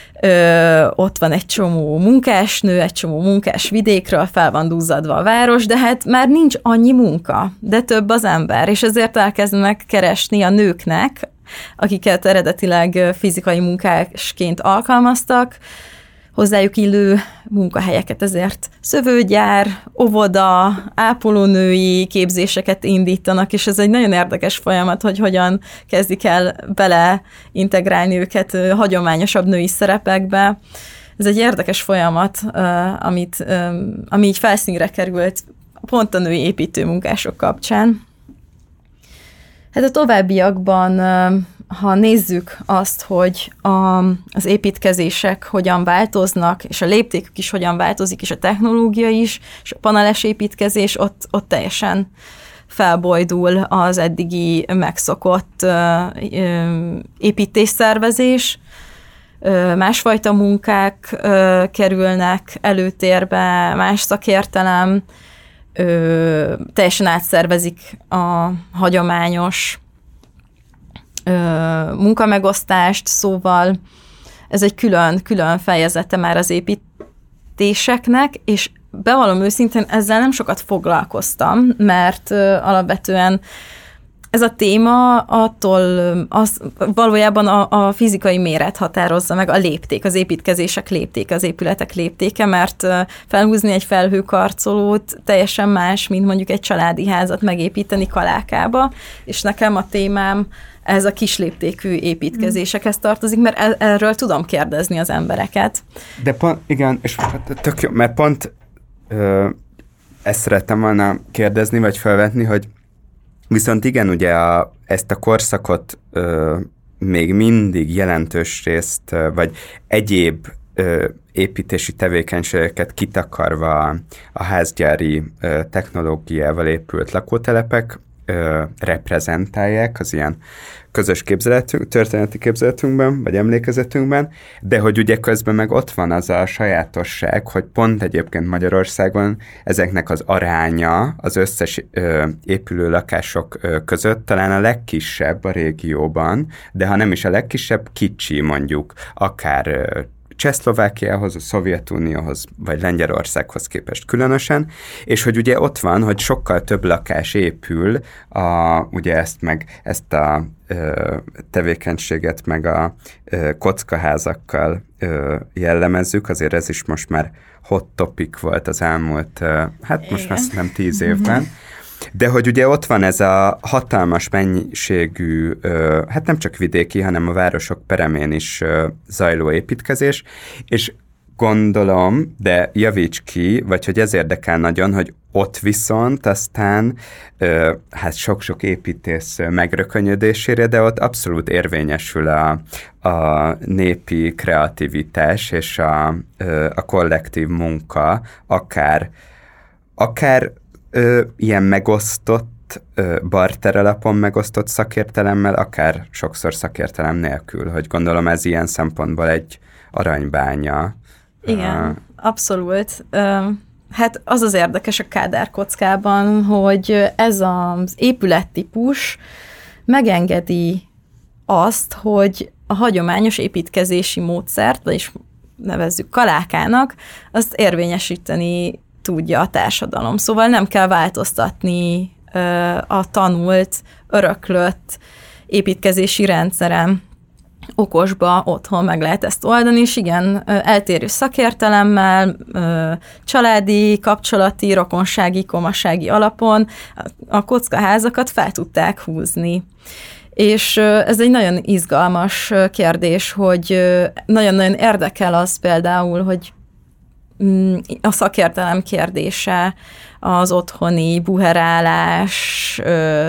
ott van egy csomó munkásnő, egy csomó munkás vidékről, fel van duzzadva a város, de hát már nincs annyi munka, de több az ember, és ezért elkezdenek keresni a nőknek, akiket eredetileg fizikai munkásként alkalmaztak, hozzájuk illő munkahelyeket, ezért szövőgyár, óvoda, ápolónői képzéseket indítanak, és ez egy nagyon érdekes folyamat, hogy hogyan kezdik el bele integrálni őket hagyományosabb női szerepekbe. Ez egy érdekes folyamat, ami így felszínre került pont a női építőmunkások kapcsán. Hát a továbbiakban, ha nézzük azt, hogy az építkezések hogyan változnak, és a léptékük is hogyan változik, és a technológia is, és a paneles építkezés, ott teljesen felbojdul az eddigi megszokott építésszervezés. Másfajta munkák kerülnek előtérbe, más szakértelem, teljesen átszervezik a hagyományos munkamegosztást, szóval ez egy külön fejezete már az építéseknek, és bevallom őszintén, ezzel nem sokat foglalkoztam, mert alapvetően ez a téma valójában a fizikai méret határozza meg, a lépték, az építkezések léptéke, az épületek léptéke, mert felhúzni egy felhőkarcolót teljesen más, mint mondjuk egy családi házat megépíteni Kalákába, és nekem a témám ez a kisléptékű építkezésekhez tartozik, mert erről tudom kérdezni az embereket. De igen, és tök jó, mert pont ezt szerettem volna kérdezni, vagy felvetni, hogy Viszont igen, ugye ezt a korszakot még mindig jelentős részt, vagy egyéb építési tevékenységeket kitakarva a házgyári technológiával épült lakótelepek reprezentálják az ilyen közös történeti képzeletünkben, vagy emlékezetünkben, de hogy ugye közben meg ott van az a sajátosság, hogy pont egyébként Magyarországon ezeknek az aránya az összes épülő lakások között talán a legkisebb a régióban, de ha nem is a legkisebb, kicsi mondjuk, akár Csehszlovákiához, a Szovjetunióhoz, vagy Lengyelországhoz képest különösen, és hogy ugye ott van, hogy sokkal több lakás épül, ugye ezt a tevékenységet meg a kockaházakkal jellemezzük, azért ez is most már hot topic volt az elmúlt, most már nem 10 évben, de hogy ugye ott van ez a hatalmas mennyiségű, nem csak vidéki, hanem a városok peremén is zajló építkezés, és gondolom, de javíts ki, vagy hogy ez érdekel nagyon, hogy ott viszont aztán sok-sok építész megrökönyödésére, de ott abszolút érvényesül a népi kreativitás és a kollektív munka, akár ilyen megosztott, barter alapon megosztott szakértelemmel, akár sokszor szakértelem nélkül, hogy gondolom ez ilyen szempontból egy aranybánya. Igen, abszolút. Hát az az érdekes a Kádár kockában, hogy ez az épülettípus megengedi azt, hogy a hagyományos építkezési módszert, vagyis nevezzük kalákának, azt érvényesíteni tudja a társadalom. Szóval nem kell változtatni a tanult, öröklött építkezési rendszeren. Okosba otthon meg lehet ezt oldani, és igen, eltérő szakértelemmel, családi, kapcsolati, rokonsági, komasági alapon a kockaházakat fel tudták húzni. És ez egy nagyon izgalmas kérdés, hogy nagyon-nagyon érdekel az például, hogy a szakértelem kérdése, az otthoni buherálás,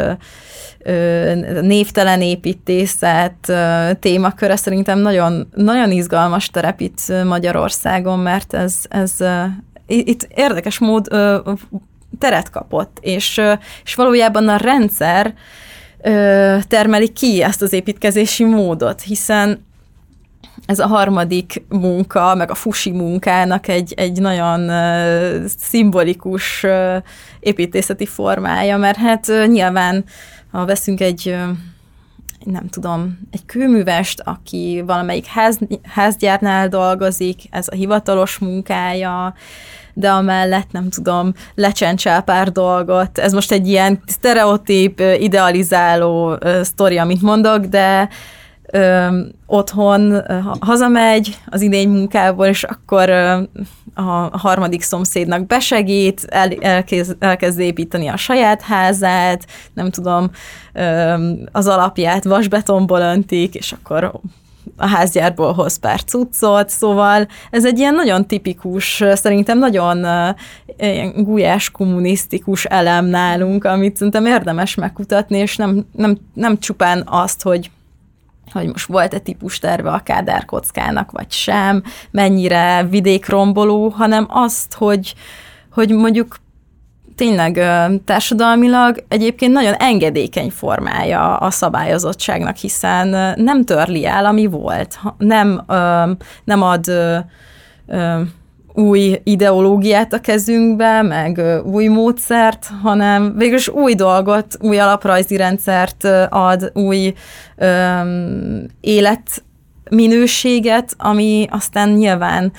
névtelen építészet témaköre szerintem nagyon, nagyon izgalmas terep itt Magyarországon, mert ez itt érdekes mód teret kapott, és valójában a rendszer termeli ki ezt az építkezési módot, hiszen ez a harmadik munka, meg a fusi munkának egy nagyon szimbolikus építészeti formája, mert hát nyilván, ha veszünk egy kőművest, aki valamelyik házgyárnál dolgozik, ez a hivatalos munkája, de amellett lecsencsel pár dolgot. Ez most egy ilyen sztereotíp, idealizáló sztori, amit mondok, de otthon hazamegy az idény munkából, és akkor a harmadik szomszédnak besegít, elkezd építeni a saját házát, az alapját vasbetonból öntik, és akkor a házgyárból hoz pár cuccot, szóval ez egy ilyen nagyon tipikus, szerintem nagyon gulyás kommunisztikus elem nálunk, amit szerintem érdemes megkutatni, és nem csupán azt, hogy most volt-e típusterve a Kádár kockának, vagy sem, mennyire vidékromboló, hanem azt, hogy mondjuk tényleg társadalmilag egyébként nagyon engedékeny formája a szabályozottságnak, hiszen nem törli el, ami volt. Nem ad új ideológiát a kezünkbe, meg új módszert, hanem végülis új dolgot, új alaprajzi rendszert ad, új életminőséget, ami aztán nyilván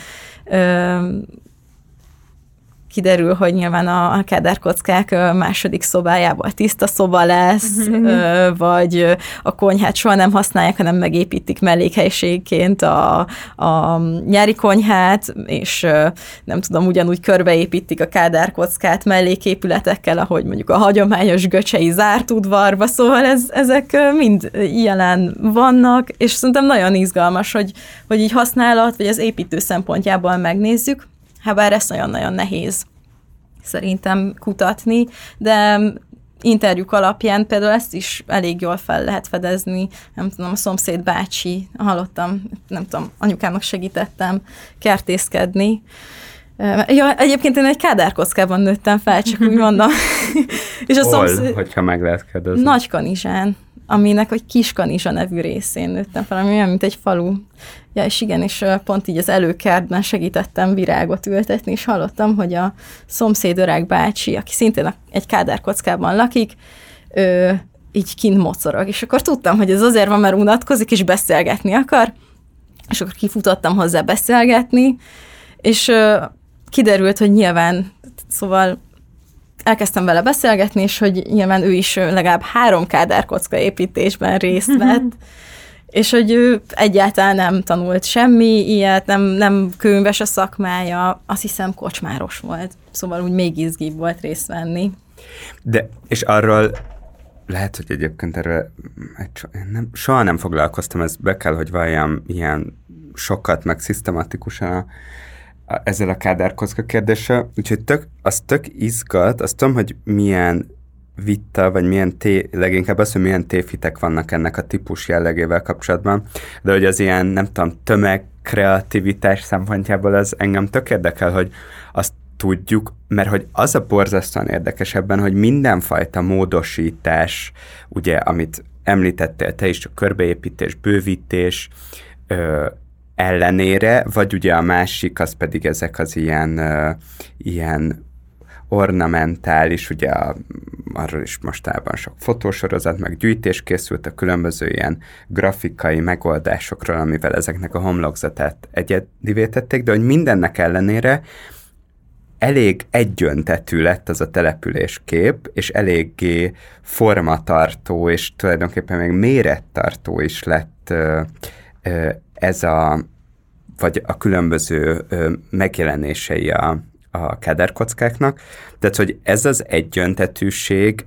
kiderül, hogy nyilván a Kádár kockák második szobájából tiszta szoba lesz, vagy a konyhát soha nem használják, hanem megépítik mellékhelyiségként a nyári konyhát, és ugyanúgy körbeépítik a Kádár kockát melléképületekkel, ahogy mondjuk a hagyományos göcsei zárt udvarba, szóval ezek mind jelen vannak, és szerintem nagyon izgalmas, hogy így használat, vagy az építő szempontjából megnézzük, habár ezt nagyon-nagyon nehéz szerintem kutatni, de interjúk alapján például ezt is elég jól fel lehet fedezni. Nem tudom, a szomszéd bácsi, hallottam, nem tudom, anyukámnak segítettem kertészkedni. Ja, egyébként én egy kádárkockában nőttem fel, csak úgy mondom. És a szomszéd... hogyha meg lehet kérdezni? Nagykanizsán, aminek egy Kiskanizsa nevű részén nőttem fel, ami olyan, mint egy falu. Ja, és igen, és pont így az előkertben segítettem virágot ültetni, és hallottam, hogy a szomszéd öreg bácsi, aki szintén egy kádárkockában lakik, így kint mocorog. És akkor tudtam, hogy ez azért van, mert unatkozik, és beszélgetni akar, és akkor kifutottam hozzá beszélgetni, és kiderült, hogy nyilván, szóval elkezdtem vele beszélgetni, és hogy nyilván ő is legalább 3 kádárkocka építésben részt vett, és hogy ő egyáltalán nem tanult semmi ilyet, nem könyves a szakmája, azt hiszem kocsmáros volt, szóval úgy még izgibb volt részt venni. De, és arról lehet, hogy egyébként erről soha nem foglalkoztam, ez be kell, hogy valljam ilyen sokat, meg szisztematikusan ezzel a kádárkocka kérdéssel, úgyhogy az tök izgat, azt tudom, hogy milyen vita, vagy milyen leginkább az, hogy milyen tévhitek vannak ennek a típus jellegével kapcsolatban, de hogy az ilyen, nem tudom, tömegkreativitás szempontjából az engem tök érdekel, hogy azt tudjuk, mert hogy az a borzasztóan érdekes ebben, hogy mindenfajta módosítás, ugye, amit említettél te is, a körbeépítés, bővítés, ellenére, vagy ugye a másik, az pedig ezek az ilyen ornamentális, ugye arról is mostában sok fotósorozat, meg gyűjtés készült a különböző ilyen grafikai megoldásokról, amivel ezeknek a homlokzatát egyedivé tették, de hogy mindennek ellenére elég egyöntetű lett az a településkép, és eléggé formatartó, és tulajdonképpen még mérettartó is lett ez vagy a különböző megjelenései a kádárkockáknak. Tehát, hogy ez az egyöntetűség,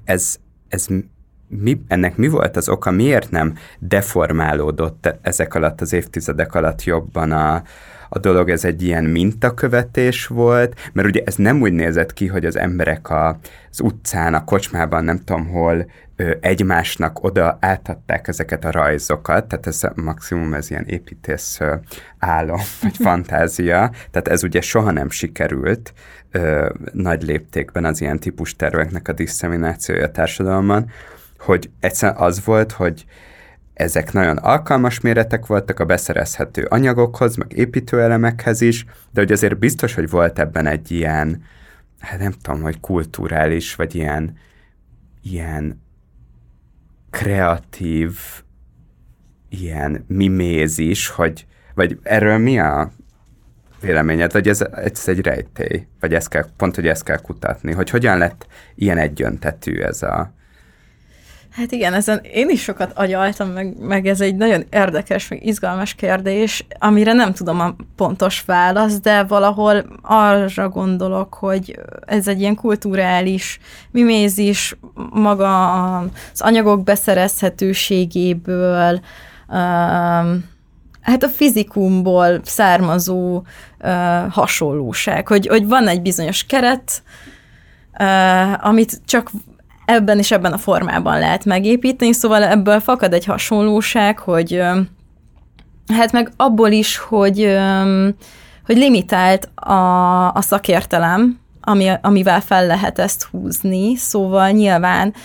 ennek mi volt az oka? Miért nem deformálódott ezek alatt, az évtizedek alatt jobban a dolog? Ez egy ilyen mintakövetés volt, mert ugye ez nem úgy nézett ki, hogy az emberek az utcán, a kocsmában, nem tudom hol, egymásnak oda átadták ezeket a rajzokat, tehát ez maximum ez ilyen építész álom, vagy fantázia, tehát ez ugye soha nem sikerült nagy léptékben az ilyen típus terveknek a disszeminációja a társadalomban, hogy egyszerűen az volt, hogy ezek nagyon alkalmas méretek voltak a beszerezhető anyagokhoz, meg építőelemekhez is, de hogy azért biztos, hogy volt ebben egy ilyen, hát nem tudom, hogy kulturális, vagy ilyen kreatív, ilyen mimézis, vagy erről mi a véleményed, vagy ez egy rejtély, vagy ezt kell kutatni, hogy hogyan lett ilyen egyöntetű ez a... Hát igen, ezen én is sokat agyaltam, meg ez egy nagyon érdekes, meg izgalmas kérdés, amire nem tudom a pontos választ, de valahol arra gondolok, hogy ez egy ilyen kulturális mimézis, maga az anyagok beszerezhetőségéből, hát a fizikumból származó hasonlóság, hogy van egy bizonyos keret, amit csak ebben és ebben a formában lehet megépíteni, szóval ebből fakad egy hasonlóság, hogy hát meg abból is, hogy limitált a szakértelem, amivel fel lehet ezt húzni, szóval nyilván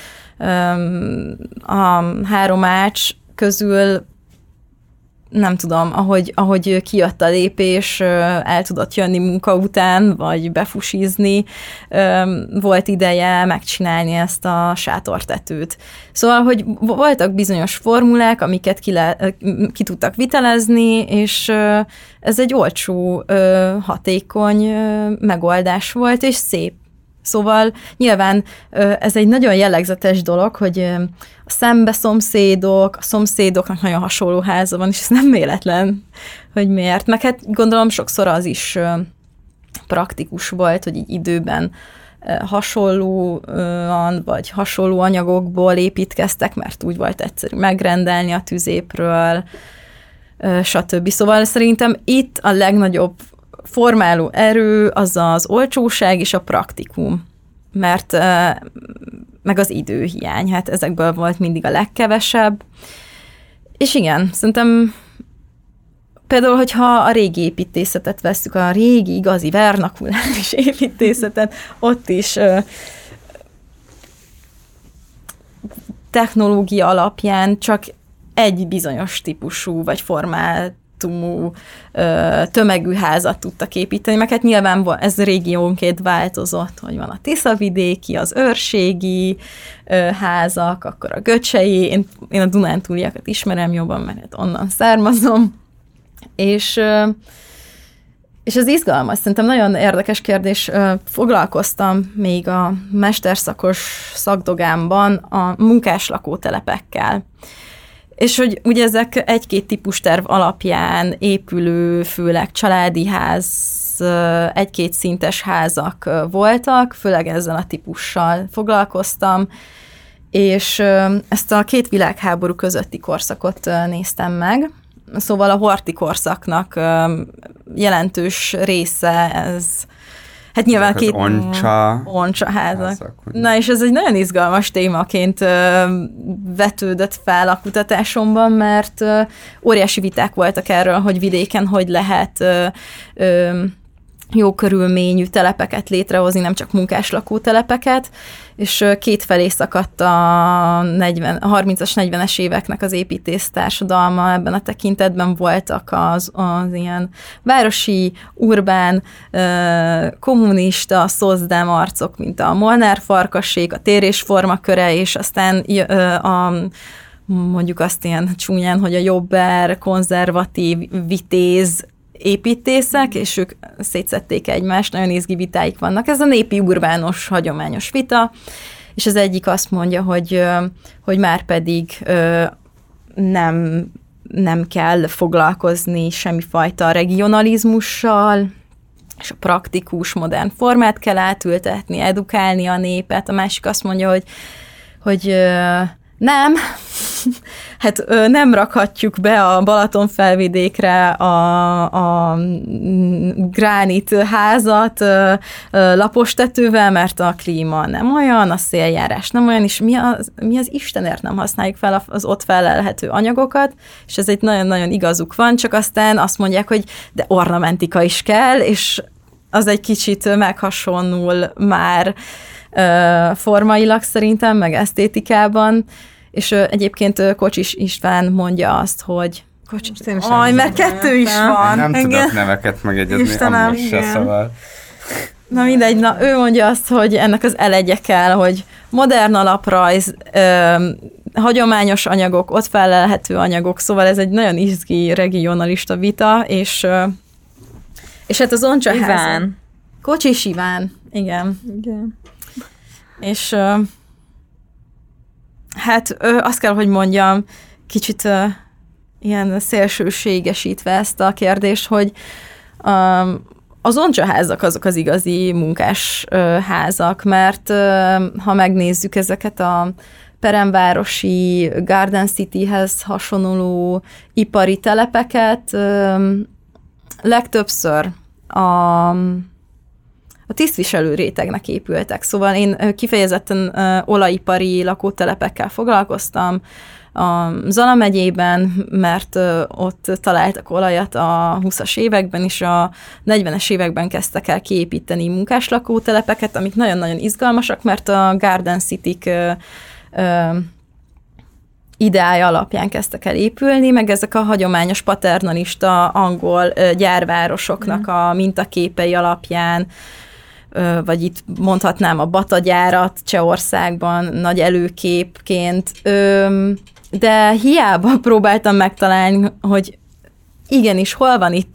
a 3 ács közül nem tudom, ahogy kijött a lépés, el tudott jönni munka után, vagy befusizni, volt ideje megcsinálni ezt a sátortetőt. Szóval, hogy voltak bizonyos formulák, amiket ki tudtak vitelezni, és ez egy olcsó, hatékony megoldás volt, és szép. Szóval nyilván ez egy nagyon jellegzetes dolog, hogy a szomszédoknak nagyon hasonló háza van, és ez nem véletlen, hogy miért. Meg hát gondolom sokszor az is praktikus volt, hogy így időben hasonlóan, vagy hasonló anyagokból építkeztek, mert úgy volt egyszerű megrendelni a tüzépről, stb. Szóval szerintem itt a legnagyobb formáló erő az az olcsóság és a praktikum. Mert meg az időhiány. Hát ezekből volt mindig a legkevesebb. És igen, szerintem például, hogyha a régi építészetet vesszük, a régi, igazi, vernakuláris építészetet, ott is technológia alapján csak egy bizonyos típusú vagy formátumú tömegű házat tudtak építeni, meg hát nyilván ez régiónként változott, hogy van a tiszavidéki, az őrségi házak, akkor a göcsei, én a dunántúliakat ismerem jobban, mert hát onnan származom, és az izgalmas, szerintem nagyon érdekes kérdés, foglalkoztam még a mesterszakos szakdogámban a munkáslakótelepekkel. És hogy ugye ezek egy-két típusterv alapján épülő, főleg családi ház, egy-két szintes házak voltak, főleg ezzel a típussal foglalkoztam, és ezt a két világháború közötti korszakot néztem meg. Szóval a horthy korszaknak jelentős része ez, hát nyilván két oncsa házak. Na, és ez egy nagyon izgalmas témaként vetődött fel a kutatásomban, mert óriási viták voltak erről, hogy vidéken hogy lehet jó körülményű telepeket létrehozni, nem csak munkáslakótelepeket, és kétfelé szakadt a 30-as, 40-es éveknek az építész társadalma ebben a tekintetben. Voltak az ilyen városi, urbán, kommunista, szozdem arcok, mint a Molnár Farkasék, a Tér és Forma köre, és aztán mondjuk azt ilyen csúnyán, hogy a jobber, konzervatív, vitéz építészek, és ők szétszették egymást, nagyon izgi vitáik vannak. Ez a népi urbános, hagyományos vita, és az egyik azt mondja, hogy már pedig nem kell foglalkozni semmifajta regionalizmussal, és a praktikus, modern formát kell átültetni, edukálni a népet. A másik azt mondja, hogy nem, hát nem rakhatjuk be a Balatonfelvidékre a gránit házat lapostetővel, mert a klíma nem olyan, a széljárás nem olyan, és mi az Istenért nem használjuk fel az ott felelhető anyagokat, és ez egy nagyon-nagyon igazuk van, csak aztán azt mondják, hogy de ornamentika is kell, és az egy kicsit meghasonul már formailag szerintem, meg esztétikában, és egyébként Kocsis István mondja azt, hogy mert kettő is van. Nem tudok neveket megjegyezni, amúgy se, szóval. Na mindegy, ő mondja azt, hogy ennek az elegye kell, hogy modern alaprajz, hagyományos anyagok, ott felelhető anyagok, szóval ez egy nagyon izgi regionalista vita, és hát az Oncsaház. Kocsis Iván, igen. És hát azt kell, hogy mondjam, kicsit ilyen szélsőségesítve ezt a kérdést, hogy az oncsaházak azok az igazi munkásházak, mert ha megnézzük ezeket a peremvárosi Garden Cityhez hasonló ipari telepeket, legtöbbször a tisztviselő rétegnek épültek. Szóval én kifejezetten olajipari lakótelepekkel foglalkoztam a Zala megyében, mert ott találtak olajat a 20-as években, és a 40-es években kezdtek el kiépíteni munkáslakótelepeket, amik nagyon-nagyon izgalmasak, mert a Garden Cityk ideája alapján kezdtek el épülni, meg ezek a hagyományos paternalista angol gyárvárosoknak a mintaképei alapján, vagy itt mondhatnám a Bata gyárat Csehországban nagy előképként, de hiába próbáltam megtalálni, hogy igenis, hol van itt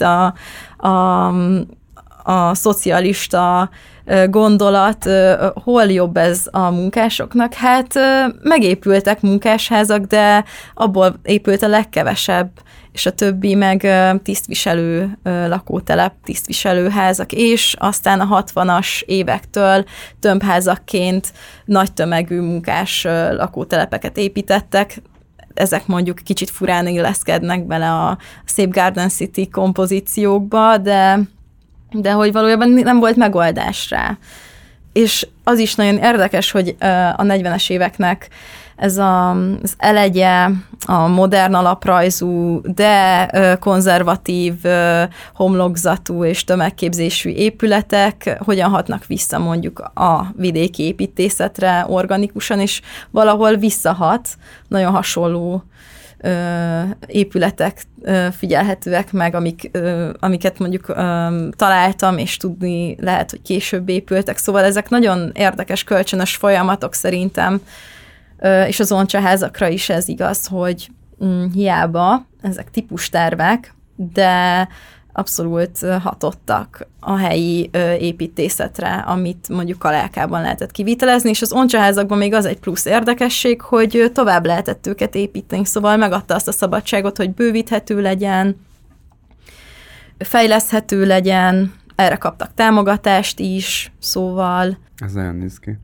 a szocialista gondolat, hol jobb ez a munkásoknak. Hát megépültek munkásházak, de abból épült a legkevesebb, és a többi meg tisztviselő lakótelep, tisztviselőházak, és aztán a 60-as évektől tömbházakként nagy tömegű munkás lakótelepeket építettek. Ezek mondjuk kicsit furán illeszkednek bele a szép Garden City kompozíciókba, de hogy valójában nem volt megoldás rá. És az is nagyon érdekes, hogy a 40-es éveknek ez az elegye, a modern alaprajzú, de konzervatív, homlokzatú és tömegképzésű épületek hogyan hatnak vissza mondjuk a vidéki építészetre organikusan, és valahol visszahat, nagyon hasonló épületek figyelhetőek meg, amiket mondjuk találtam, és tudni lehet, hogy később épültek. Szóval ezek nagyon érdekes, kölcsönös folyamatok szerintem, és az oncsaházakra is ez igaz, hogy hiába ezek típustervek, de abszolút hatottak a helyi építészetre, amit mondjuk Kalelkában lehetett kivitelezni, és az oncsaházakban még az egy plusz érdekesség, hogy tovább lehetett őket építeni, szóval megadta azt a szabadságot, hogy bővíthető legyen, fejleszthető legyen, erre kaptak támogatást is, szóval... Ez nagyon néz ki.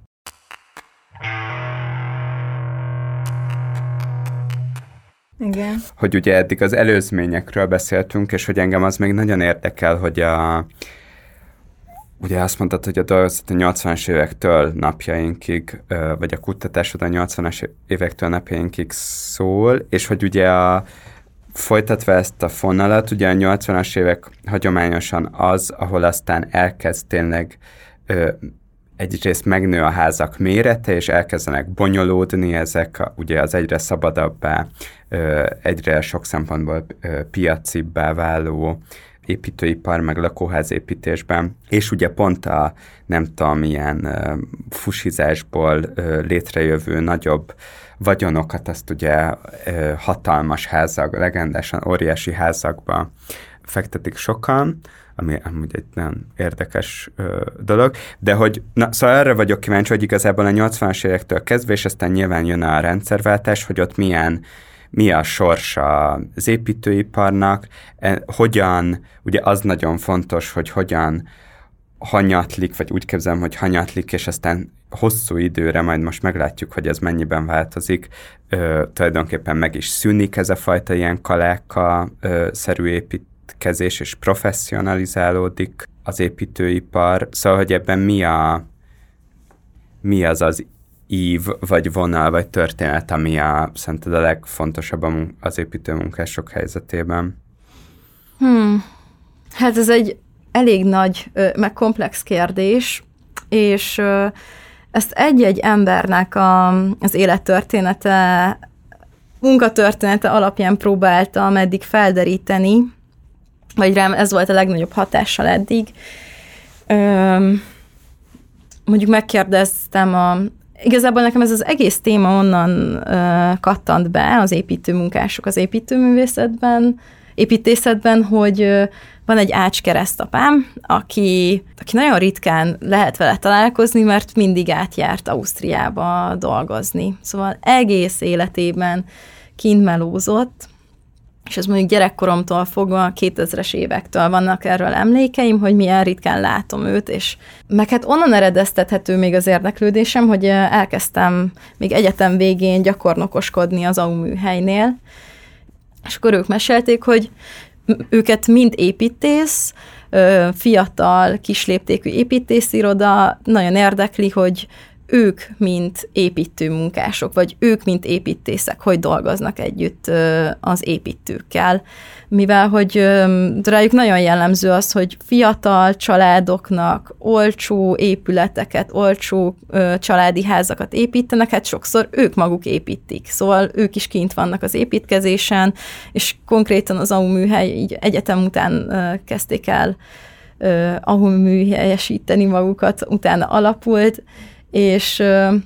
Igen. Hogy ugye eddig az előzményekről beszéltünk, és hogy engem az még nagyon érdekel, hogy ugye azt mondtad, hogy a dolgozat a 80-as évektől napjainkig, vagy a kutatásod a 80-as évektől napjainkig szól, és hogy ugye folytatva ezt a fonalat, ugye a 80-as évek hagyományosan az, ahol aztán elkezd tényleg egyrészt megnő a házak mérete, és elkezdenek bonyolódni ezek, ugye az egyre szabadabbá, egyre sok szempontból piacibbá váló építőipar, meg lakóházépítésben, és ugye pont a nem tudom, ilyen fusizásból létrejövő nagyobb vagyonokat, azt ugye hatalmas házak, legendásan óriási házakba fektetik sokan, ami amúgy egy nagyon érdekes dolog, de hogy, szóval erre vagyok kíváncsi, hogy igazából a 80-as évektől kezdve, és aztán nyilván jön a rendszerváltás, hogy ott mi a sorsa az építőiparnak, hogyan, ugye az nagyon fontos, hogy hogyan hanyatlik, vagy úgy képzelem, hogy hanyatlik, és aztán hosszú időre, majd most meglátjuk, hogy ez mennyiben változik, tulajdonképpen meg is szűnik ez a fajta ilyen kaláka-szerű építkezés, és professzionalizálódik az építőipar. Szóval, hogy ebben mi az az ív, vagy vonal, vagy történet, ami szerinted a legfontosabb az építőmunkások helyzetében? Hát ez egy elég nagy, meg komplex kérdés, és ezt egy-egy embernek az élettörténete, munkatörténete alapján próbáltam eddig felderíteni, vagy rám ez volt a legnagyobb hatással eddig. Mondjuk megkérdeztem igazából nekem ez az egész téma onnan kattant be, az építőmunkások az építészetben, hogy van egy Ács keresztapám, aki nagyon ritkán lehet vele találkozni, mert mindig átjárt Ausztriába dolgozni. Szóval egész életében kint melózott, és ez mondjuk gyerekkoromtól fogva 2000-es évektől vannak erről emlékeim, hogy milyen ritkán látom őt, és meg hát onnan eredeztethető még az érdeklődésem, hogy elkezdtem még egyetem végén gyakornokoskodni az AU műhelynél, és akkor ők mesélték, hogy őket mind építész, fiatal, kisléptékű építésziroda, nagyon érdekli, hogy ők, mint építőmunkások, vagy ők, mint építészek, hogy dolgoznak együtt az építőkkel. Mivel, hogy rájuk nagyon jellemző az, hogy fiatal családoknak olcsó épületeket, olcsó családi házakat építenek, hát sokszor ők maguk építik. Szóval ők is kint vannak az építkezésen, és konkrétan az AU műhely így egyetem után kezdték el AU műhelyesíteni magukat, utána alapult, és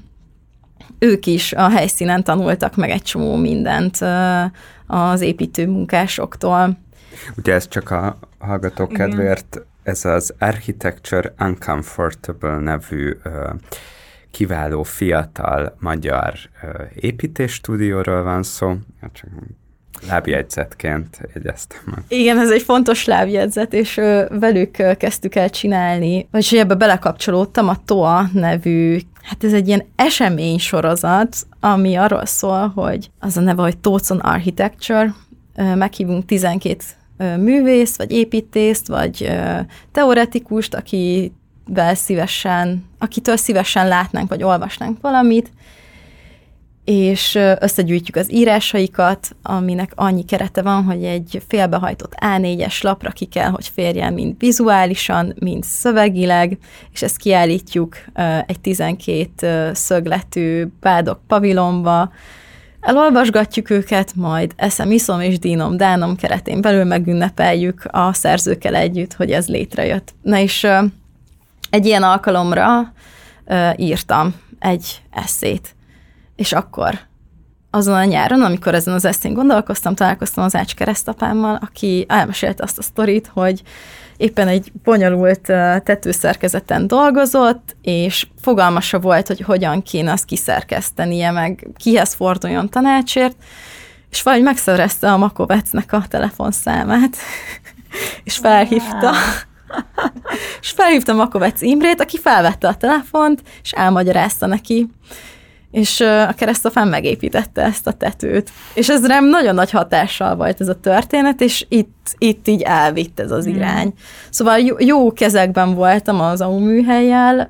ők is a helyszínen tanultak meg egy csomó mindent az építőmunkásoktól. Ugye ez csak a hallgatók kedvéért, ez az Architecture Uncomfortable nevű kiváló fiatal magyar építésstúdióról van szó. Csak lábjegyzetként jegyeztem meg. Igen, ez egy fontos lábjegyzet, és velük kezdtük el csinálni, vagyis hogy ebbe belekapcsolódtam, a TOA nevű, hát ez egy ilyen eseménysorozat, ami arról szól, hogy az a neve, hogy Thoughts on Architecture, meghívunk 12 művészt, vagy építészt, vagy teoretikust, aki akitől szívesen látnánk, vagy olvasnánk valamit, és összegyűjtjük az írásaikat, aminek annyi kerete van, hogy egy félbehajtott A4-es lapra ki kell, hogy férjen mind vizuálisan, mind szövegileg, és ezt kiállítjuk egy 12 szögletű bádok pavilonba, elolvasgatjuk őket, majd eszem, iszom és dínom, dánom keretén belül megünnepeljük a szerzőkkel együtt, hogy ez létrejött. Na és egy ilyen alkalomra írtam egy esszét, és akkor azon a nyáron, amikor ezen az eszén gondolkoztam, találkoztam az Ács keresztapámmal, aki elmesélte azt a sztorit, hogy éppen egy bonyolult tetőszerkezeten dolgozott, és fogalmasa volt, hogy hogyan kéne azt kiszerkesztenie, meg kihez forduljon tanácsért, és valahogy megszerezte a Makovecnek a telefonszámát, és felhívta. És felhívta Makovec Imrét, aki felvette a telefont, és elmagyarázta neki. És a keresztapám megépítette ezt a tetőt. És ez rám nagyon nagy hatással volt ez a történet, és itt így elvitt ez az irány. Szóval jó kezekben voltam az AU műhellyel,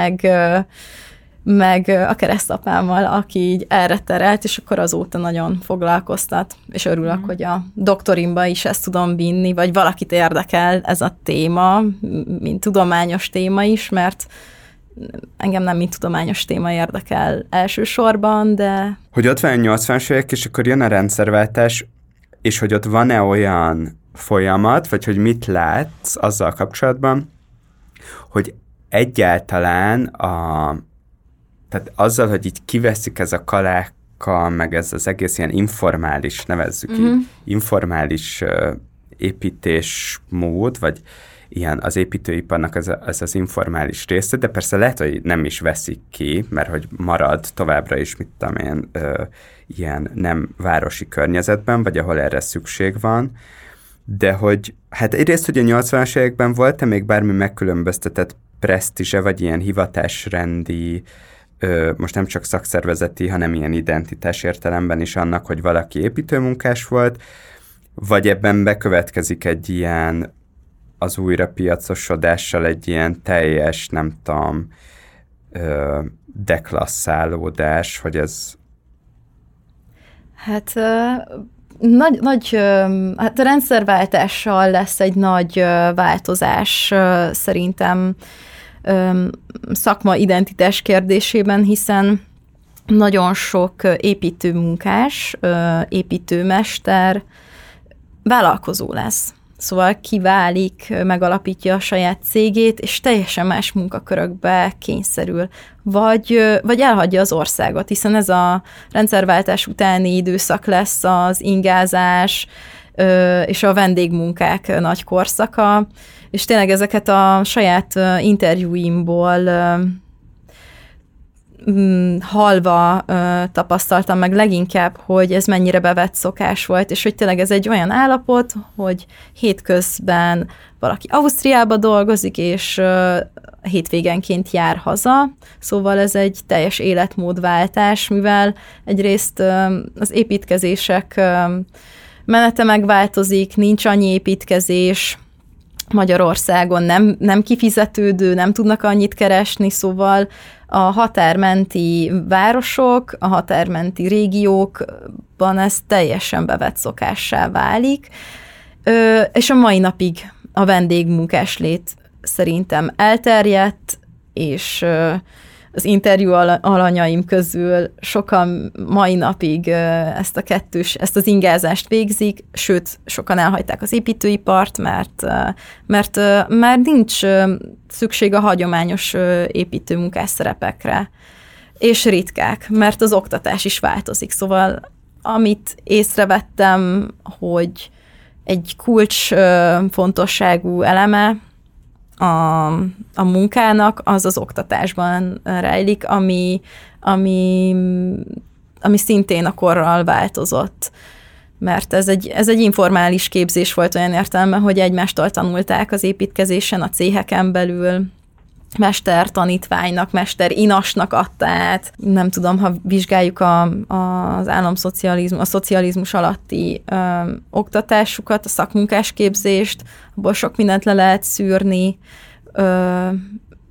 meg a keresztapámmal, aki így erre terelt, és akkor azóta nagyon foglalkoztat, és örülök, hogy a doktorimba is ezt tudom vinni, vagy valakit érdekel ez a téma, mint tudományos téma is, mert engem nem mint tudományos téma érdekel elsősorban, de... Hogy ott van a 80-as évek, és akkor jön a rendszerváltás, és hogy ott van-e olyan folyamat, vagy hogy mit látsz azzal kapcsolatban, hogy egyáltalán tehát azzal, hogy így kiveszik ez a kalákkal, meg ez az egész ilyen informális, nevezzük így, informális építésmód, vagy ilyen az építőiparnak ez az informális része, de persze lehet, hogy nem is veszik ki, mert hogy marad továbbra is, mit tudom én, ilyen nem városi környezetben, vagy ahol erre szükség van, de hogy hát egyrészt, hogy a 80-as években volt-e még bármi megkülönböztetett presztízse, vagy ilyen hivatásrendi, most nem csak szakszervezeti, hanem ilyen identitás értelemben is annak, hogy valaki építőmunkás volt, vagy ebben bekövetkezik egy ilyen az újrapiacosodással egy ilyen teljes, nem tudom, deklasszálódás, hogy ez... Hát hát a rendszerváltással lesz egy nagy változás szerintem szakma identitás kérdésében, kérdésében, hiszen nagyon sok építőmunkás, építőmester vállalkozó lesz. Szóval kiválik, megalapítja a saját cégét, és teljesen más munkakörökbe kényszerül, vagy elhagyja az országot, hiszen ez a rendszerváltás utáni időszak lesz az ingázás és a vendégmunkák nagy korszaka, és tényleg ezeket a saját interjúimból halva tapasztaltam meg leginkább, hogy ez mennyire bevett szokás volt, és hogy tényleg ez egy olyan állapot, hogy hétközben valaki Ausztriába dolgozik, és hétvégenként jár haza, szóval ez egy teljes életmódváltás, mivel egyrészt az építkezések menete megváltozik, nincs annyi építkezés, Magyarországon nem kifizetődő, nem tudnak annyit keresni, szóval a határmenti városok, a határmenti régiókban ez teljesen bevett szokássá válik, és a mai napig a vendégmunkás lét szerintem elterjedt, és az interjú alanyaim közül sokan mai napig ezt az ingázást végzik, sőt, sokan elhagyták az építőipart, mert már nincs szükség a hagyományos építőmunkás szerepekre, és ritkák, mert az oktatás is változik. Szóval amit észrevettem, hogy egy kulcs fontosságú eleme a munkának, az oktatásban rejlik, ami szintén a korral változott. Mert ez egy informális képzés volt olyan értelemben, hogy egymástól tanulták az építkezésen, a céheken belül, mester tanítványnak, mester inasnak adta át. Nem tudom, ha vizsgáljuk az államszocializmus, a szocializmus alatti oktatásukat, a szakmunkásképzést, abból sok mindent le lehet szűrni,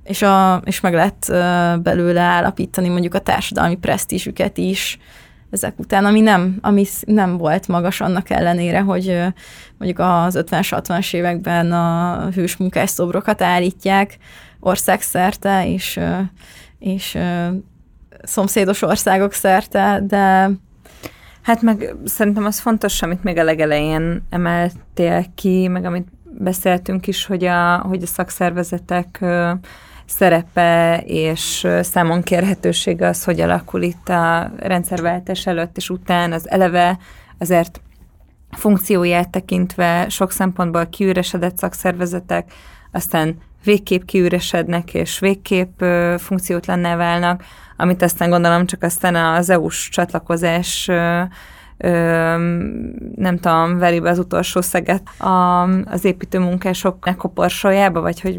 és meg lehet belőle állapítani mondjuk a társadalmi presztízsüket is ezek után, ami nem volt magas annak ellenére, hogy mondjuk az 50-60-as években a hős munkásszobrokat állítják országszerte, és szomszédos országok szerte, de... Hát meg szerintem az fontos, amit még a legelején emeltél ki, meg amit beszéltünk is, hogy a szakszervezetek szerepe és számon kérhetősége az, hogy alakul itt a rendszerváltás előtt és után, az eleve azért funkcióját tekintve sok szempontból kiüresedett szakszervezetek, aztán végképp kiüresednek, és végképp funkciótlanná válnak, amit aztán gondolom csak aztán az EU-s csatlakozás nem tudom, veri be az utolsó szeget az építőmunkások koporsójába, vagy hogy...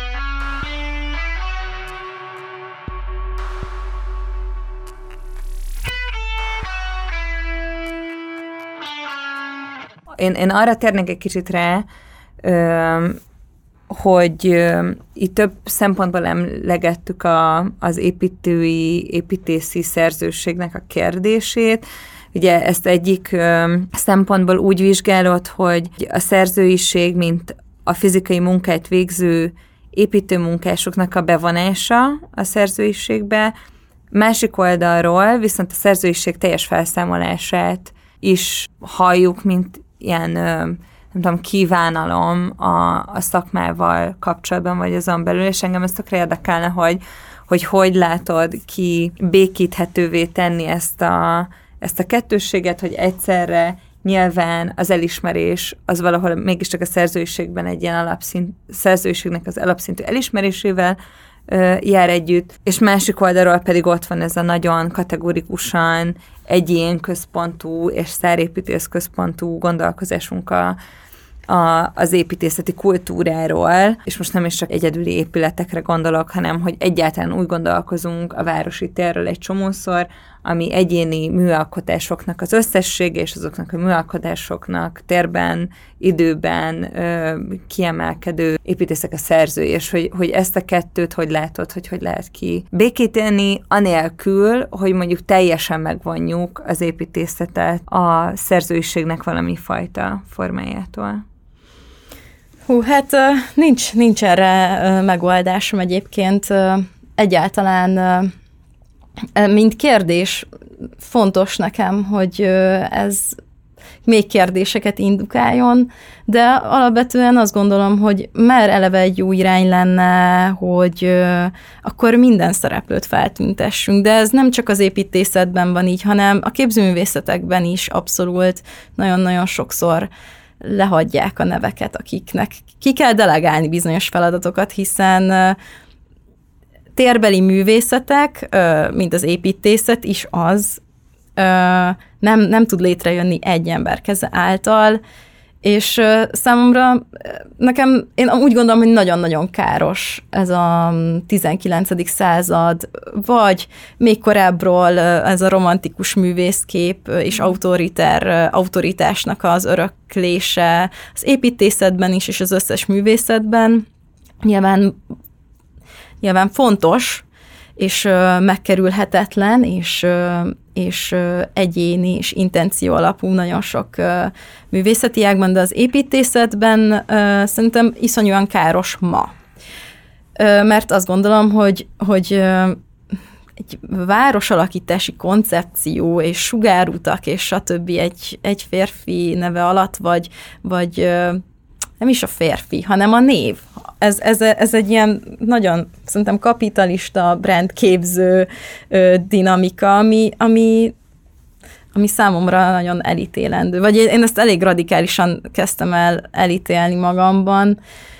Én arra térnék egy kicsit rá, hogy itt több szempontból emlegettük az építészi szerzőségnek a kérdését. Ugye ezt egyik szempontból úgy vizsgálod, hogy a szerzőiség, mint a fizikai munkát végző építőmunkásoknak a bevonása a szerzőiségbe, másik oldalról viszont a szerzőiség teljes felszámolását is halljuk, mint ilyen, nem tudom, kívánalom a szakmával kapcsolatban, vagy azon belül, és engem ezt tökre érdekelne, hogy látod ki békíthetővé tenni ezt a kettősséget, hogy egyszerre nyilván az elismerés az valahol mégiscsak a szerzőiségben egy ilyen szerzőiségnek az alapszintű elismerésével jár együtt, és másik oldalról pedig ott van ez a nagyon kategorikusan egyénközpontú és szárépítészközpontú gondolkozásunk az építészeti kultúráról, és most nem is csak egyedüli épületekre gondolok, hanem hogy egyáltalán úgy gondolkozunk a városi térről egy csomószor, ami egyéni műalkotásoknak az összessége, és azoknak a műalkotásoknak térben, időben kiemelkedő építészek a szerzői, és hogy ezt a kettőt hogy látod, hogy lehet ki békíteni, anélkül, hogy mondjuk teljesen megvonjuk az építészetet a szerzőiségnek valami fajta formájától. Hát nincs erre megoldásom egyébként. Egyáltalán mint kérdés fontos nekem, hogy ez még kérdéseket indukáljon, de alapvetően azt gondolom, hogy már eleve egy jó irány lenne, hogy akkor minden szereplőt feltüntessünk, de ez nem csak az építészetben van így, hanem a képzőművészetekben is abszolút nagyon-nagyon sokszor lehagyják a neveket, akiknek ki kell delegálni bizonyos feladatokat, hiszen térbeli művészetek, mint az építészet is az, nem tud létrejönni egy ember keze által, és számomra én úgy gondolom, hogy nagyon-nagyon káros ez a 19. század, vagy még korábbról ez a romantikus művészkép és autoritásnak az öröklése az építészetben is, és az összes művészetben. Nyilván fontos, és megkerülhetetlen, és egyéni és intenció alapú nagyon sok művészeti ágban, de az építészetben szerintem iszonyúan káros ma. Mert azt gondolom, hogy egy városalakítási koncepció és sugárutak és stb. Egy férfi neve alatt, vagy nem is a férfi, hanem a név. Ez egy ilyen nagyon, szerintem kapitalista brandképző dinamika, ami számomra nagyon elítélendő. Vagy én ezt elég radikálisan kezdtem el elítélni magamban.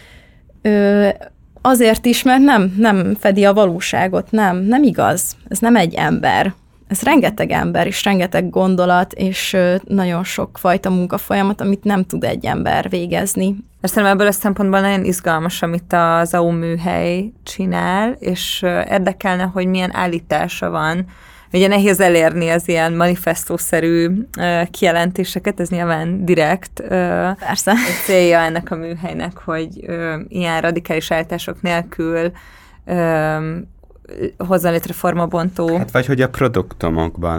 Azért is, mert nem fedi a valóságot, nem igaz. Ez nem egy ember. Ez rengeteg ember, és rengeteg gondolat, és nagyon sok fajta munkafolyamat, amit nem tud egy ember végezni. Szerintem ebből a szempontból nagyon izgalmas, amit az AU műhely csinál, és érdekelne, hogy milyen állítása van. Ugye nehéz elérni az ilyen manifestószerű kijelentéseket, ez nyilván direkt Persze. Célja ennek a műhelynek, hogy ilyen radikális állítások nélkül hozza létre formabontó. Hát vagy hogy a produktumokban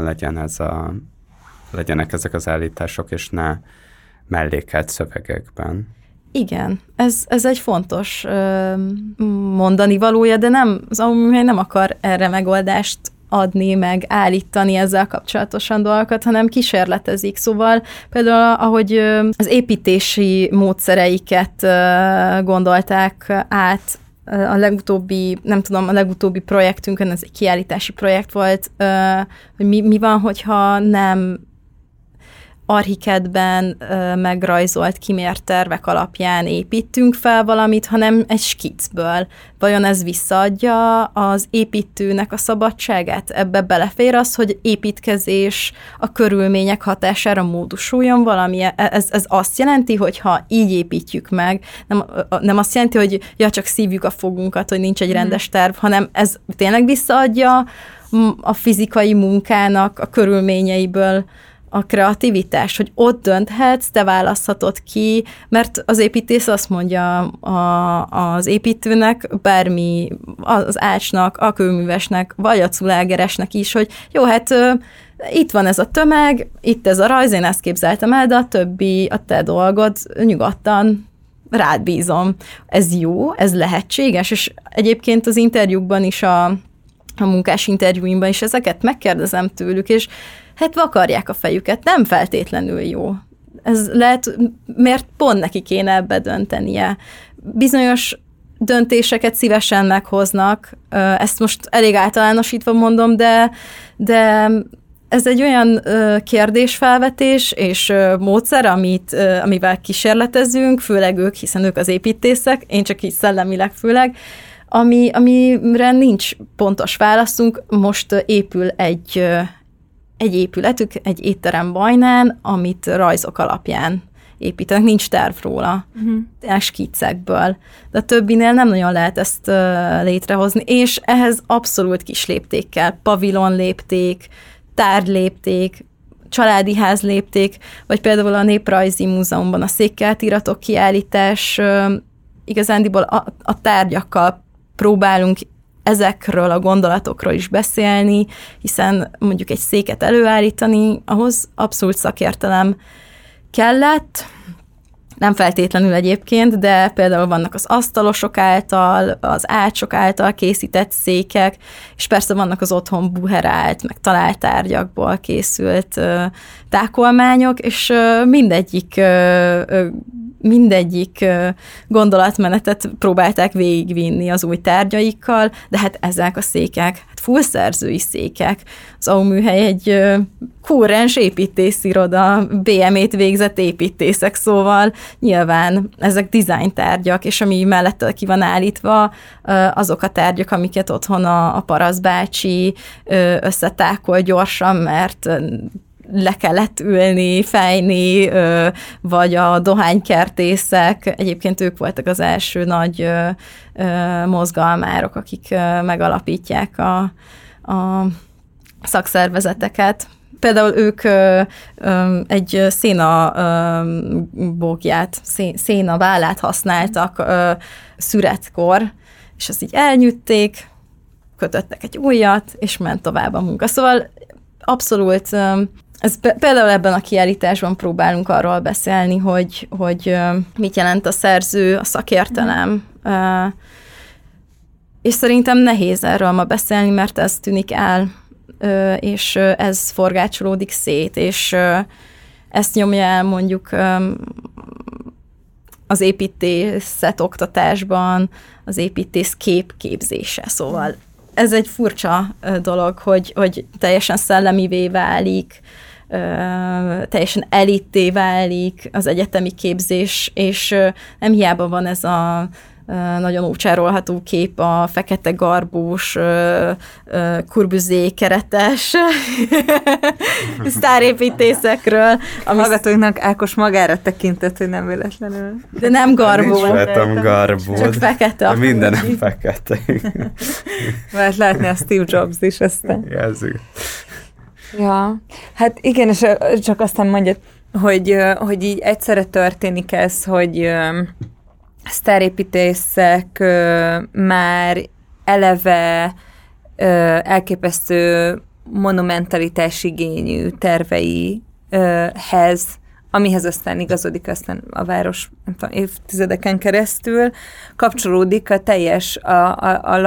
legyenek ezek az állítások, és ne mellékelt szövegekben. Igen, ez egy fontos mondani valója, de az AUMÜHely nem akar erre megoldást adni, meg állítani ezzel kapcsolatosan dolgokat, hanem kísérletezik. Szóval például, ahogy az építési módszereiket gondolták át a legutóbbi projektünkön, ez egy kiállítási projekt volt, hogy mi van, hogyha nem Archicad-ben megrajzolt, kimért tervek alapján építünk fel valamit, hanem egy skicből. Vajon ez visszaadja az építőnek a szabadságát? Ebbe belefér az, hogy építkezés a körülmények hatására módosuljon valami? Ez azt jelenti, hogy ha így építjük meg, nem azt jelenti, hogy csak szívjuk a fogunkat, hogy nincs egy rendes terv, hanem ez tényleg visszaadja a fizikai munkának a körülményeiből a kreativitás, hogy ott dönthetsz, te választhatod ki, mert az építész azt mondja az építőnek, bármi, az ácsnak, a kőművesnek, vagy a culágeresnek is, hogy jó, hát itt van ez a tömeg, itt ez a rajz, én ezt képzeltem el, de a többi a te dolgod, nyugodtan rád bízom. Ez jó, ez lehetséges, és egyébként az interjúkban is, a munkás interjúimban is ezeket megkérdezem tőlük, és hát vakarják a fejüket, nem feltétlenül jó. Ez lehet, mert pont neki kéne ebbe döntenie. Bizonyos döntéseket szívesen meghoznak, ezt most elég általánosítva mondom, de ez egy olyan kérdésfelvetés és módszer, amivel kísérletezünk, főleg ők, hiszen ők az építészek, én csak így szellemileg főleg, amire nincs pontos válaszunk. Most épül egy épületük, egy étterem Bajnán, amit rajzok alapján építenek, nincs terv róla, tényleg skicekből. De a többinél nem nagyon lehet ezt létrehozni, és ehhez abszolút kis léptékkel, pavilon lépték, tárgy lépték, családi ház lépték, vagy például a Néprajzi Múzeumban a székkeltiratok kiállítás, igazándiból a tárgyakkal próbálunk ezekről a gondolatokról is beszélni, hiszen mondjuk egy széket előállítani, ahhoz abszolút szakértelem kellett, nem feltétlenül egyébként, de például vannak az asztalosok által, az ácsok által készített székek, és persze vannak az otthon buherált, meg talált tárgyakból készült tákolmányok, és mindegyik gondolatmenetet próbálták végigvinni az új tárgyaikkal, de hát ezek a székek, full szerzői székek. Az AUMÜHely egy kúrens építésziroda, BM-ét végzett építészek, szóval nyilván ezek design tárgyak, és ami mellette ki van állítva, azok a tárgyak, amiket otthon a Parasz bácsi összetákol gyorsan, mert le kellett ülni, fejni, vagy a dohánykertészek. Egyébként ők voltak az első nagy mozgalmárok, akik megalapítják a szakszervezeteket. Például ők egy szénabógját, szénaválát használtak szüretkor, és azt így elnyűtték, kötöttek egy újat, és ment tovább a munka. Szóval abszolút, például ebben a kiállításban próbálunk arról beszélni, hogy mit jelent a szerző, a szakértelem, és szerintem nehéz erről ma beszélni, mert ez tűnik el, és ez forgácsolódik szét, és ezt nyomja el mondjuk az építészet oktatásban, az építész képzése, szóval ez egy furcsa dolog, hogy teljesen szellemivé válik, teljesen elitté válik az egyetemi képzés, és nem hiába van ez a nagyon ócsárolható kép a fekete garbós, Corbusier keretes sztárépítészekről. Hallgatóinknak Ákos magára tekintett, hogy nem véletlenül. De nem garbó. Nincs vettem garbót. Csak fekete. Mindenem fekete. Lehet látni a Steve Jobs is aztán. Jelző. Ja, hát igen, és csak aztán mondja, hogy így egyszerre történik ez, hogy sztárépítészek már eleve elképesztő monumentalitás igényű terveihez, amihez aztán igazodik aztán a város, nem tudom, évtizedeken keresztül, kapcsolódik a teljes, a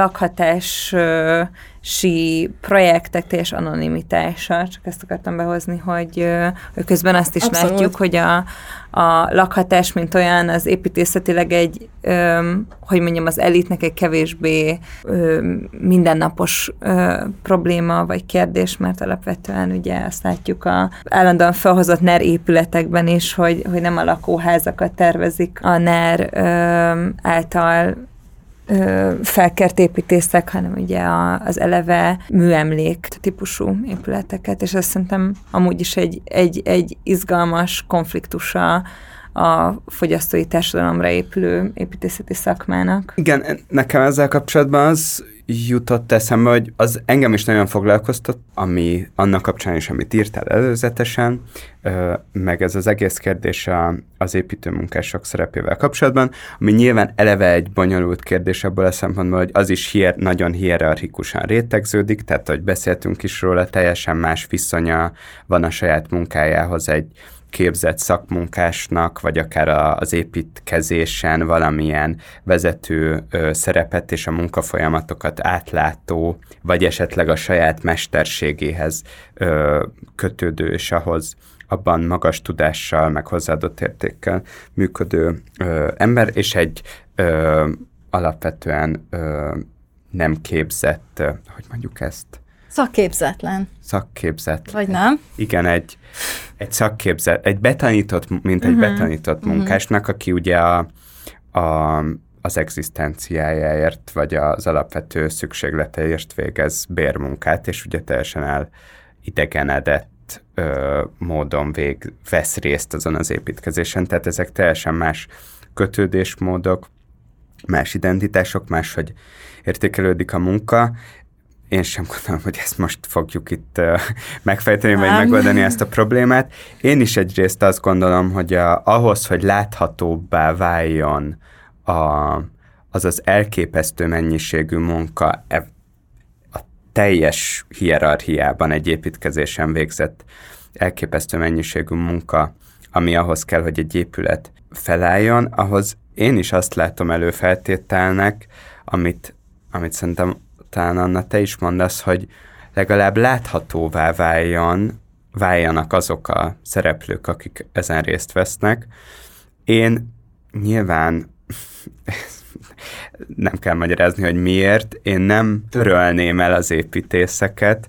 lakhatási projektek teljes anonimitása. Csak ezt akartam behozni, hogy közben azt is Abszolút. látjuk, hogy a lakhatás, mint olyan, az építészetileg egy, hogy mondjam, az elitnek egy kevésbé mindennapos probléma vagy kérdés, mert alapvetően ugye azt látjuk a állandóan felhozott NER épületekben is, hogy nem a lakóházakat tervezik a NER által felkert építészek, hanem ugye az eleve műemlék típusú épületeket, és azt szerintem amúgy is egy izgalmas konfliktusa a fogyasztói társadalomra épülő építészeti szakmának. Igen, nekem ezzel kapcsolatban az jutott eszembe, hogy az engem is nagyon foglalkoztat, ami annak kapcsán is, amit írtál előzetesen, meg ez az egész kérdés az építőmunkások szerepével kapcsolatban, ami nyilván eleve egy bonyolult kérdés abból a szempontból, hogy az is nagyon hierarchikusan rétegződik, tehát, hogy beszéltünk is róla, teljesen más viszonya van a saját munkájához egy képzett szakmunkásnak, vagy akár az építkezésen valamilyen vezető szerepet és a munkafolyamatokat átlátó, vagy esetleg a saját mesterségéhez kötődő, és ahhoz abban magas tudással, meg hozzáadott értékkel működő ember, és egy alapvetően nem képzett, hogy mondjuk ezt? Szakképzetlen. Vagy nem? Igen, egy szakképzett, egy betanított munkásnak, aki ugye az egzisztenciájáért, vagy az alapvető szükségleteért végez bérmunkát, és ugye teljesen elidegenedett módon vesz részt azon az építkezésen, tehát ezek teljesen más kötődésmódok, más identitások, máshogy értékelődik a munka. Én sem gondolom, hogy ezt most fogjuk itt megfejteni, vagy megoldani ezt a problémát. Én is egyrészt azt gondolom, hogy ahhoz, hogy láthatóbbá váljon az elképesztő mennyiségű munka a teljes hierarchiában egy építkezésen végzett elképesztő mennyiségű munka, ami ahhoz kell, hogy egy épület felálljon, ahhoz én is azt látom előfeltételnek, amit szerintem talán Anna, te is mondasz, hogy legalább láthatóvá váljanak azok a szereplők, akik ezen részt vesznek. Én nyilván nem kell magyarázni, hogy miért, én nem törölném el az építészeket,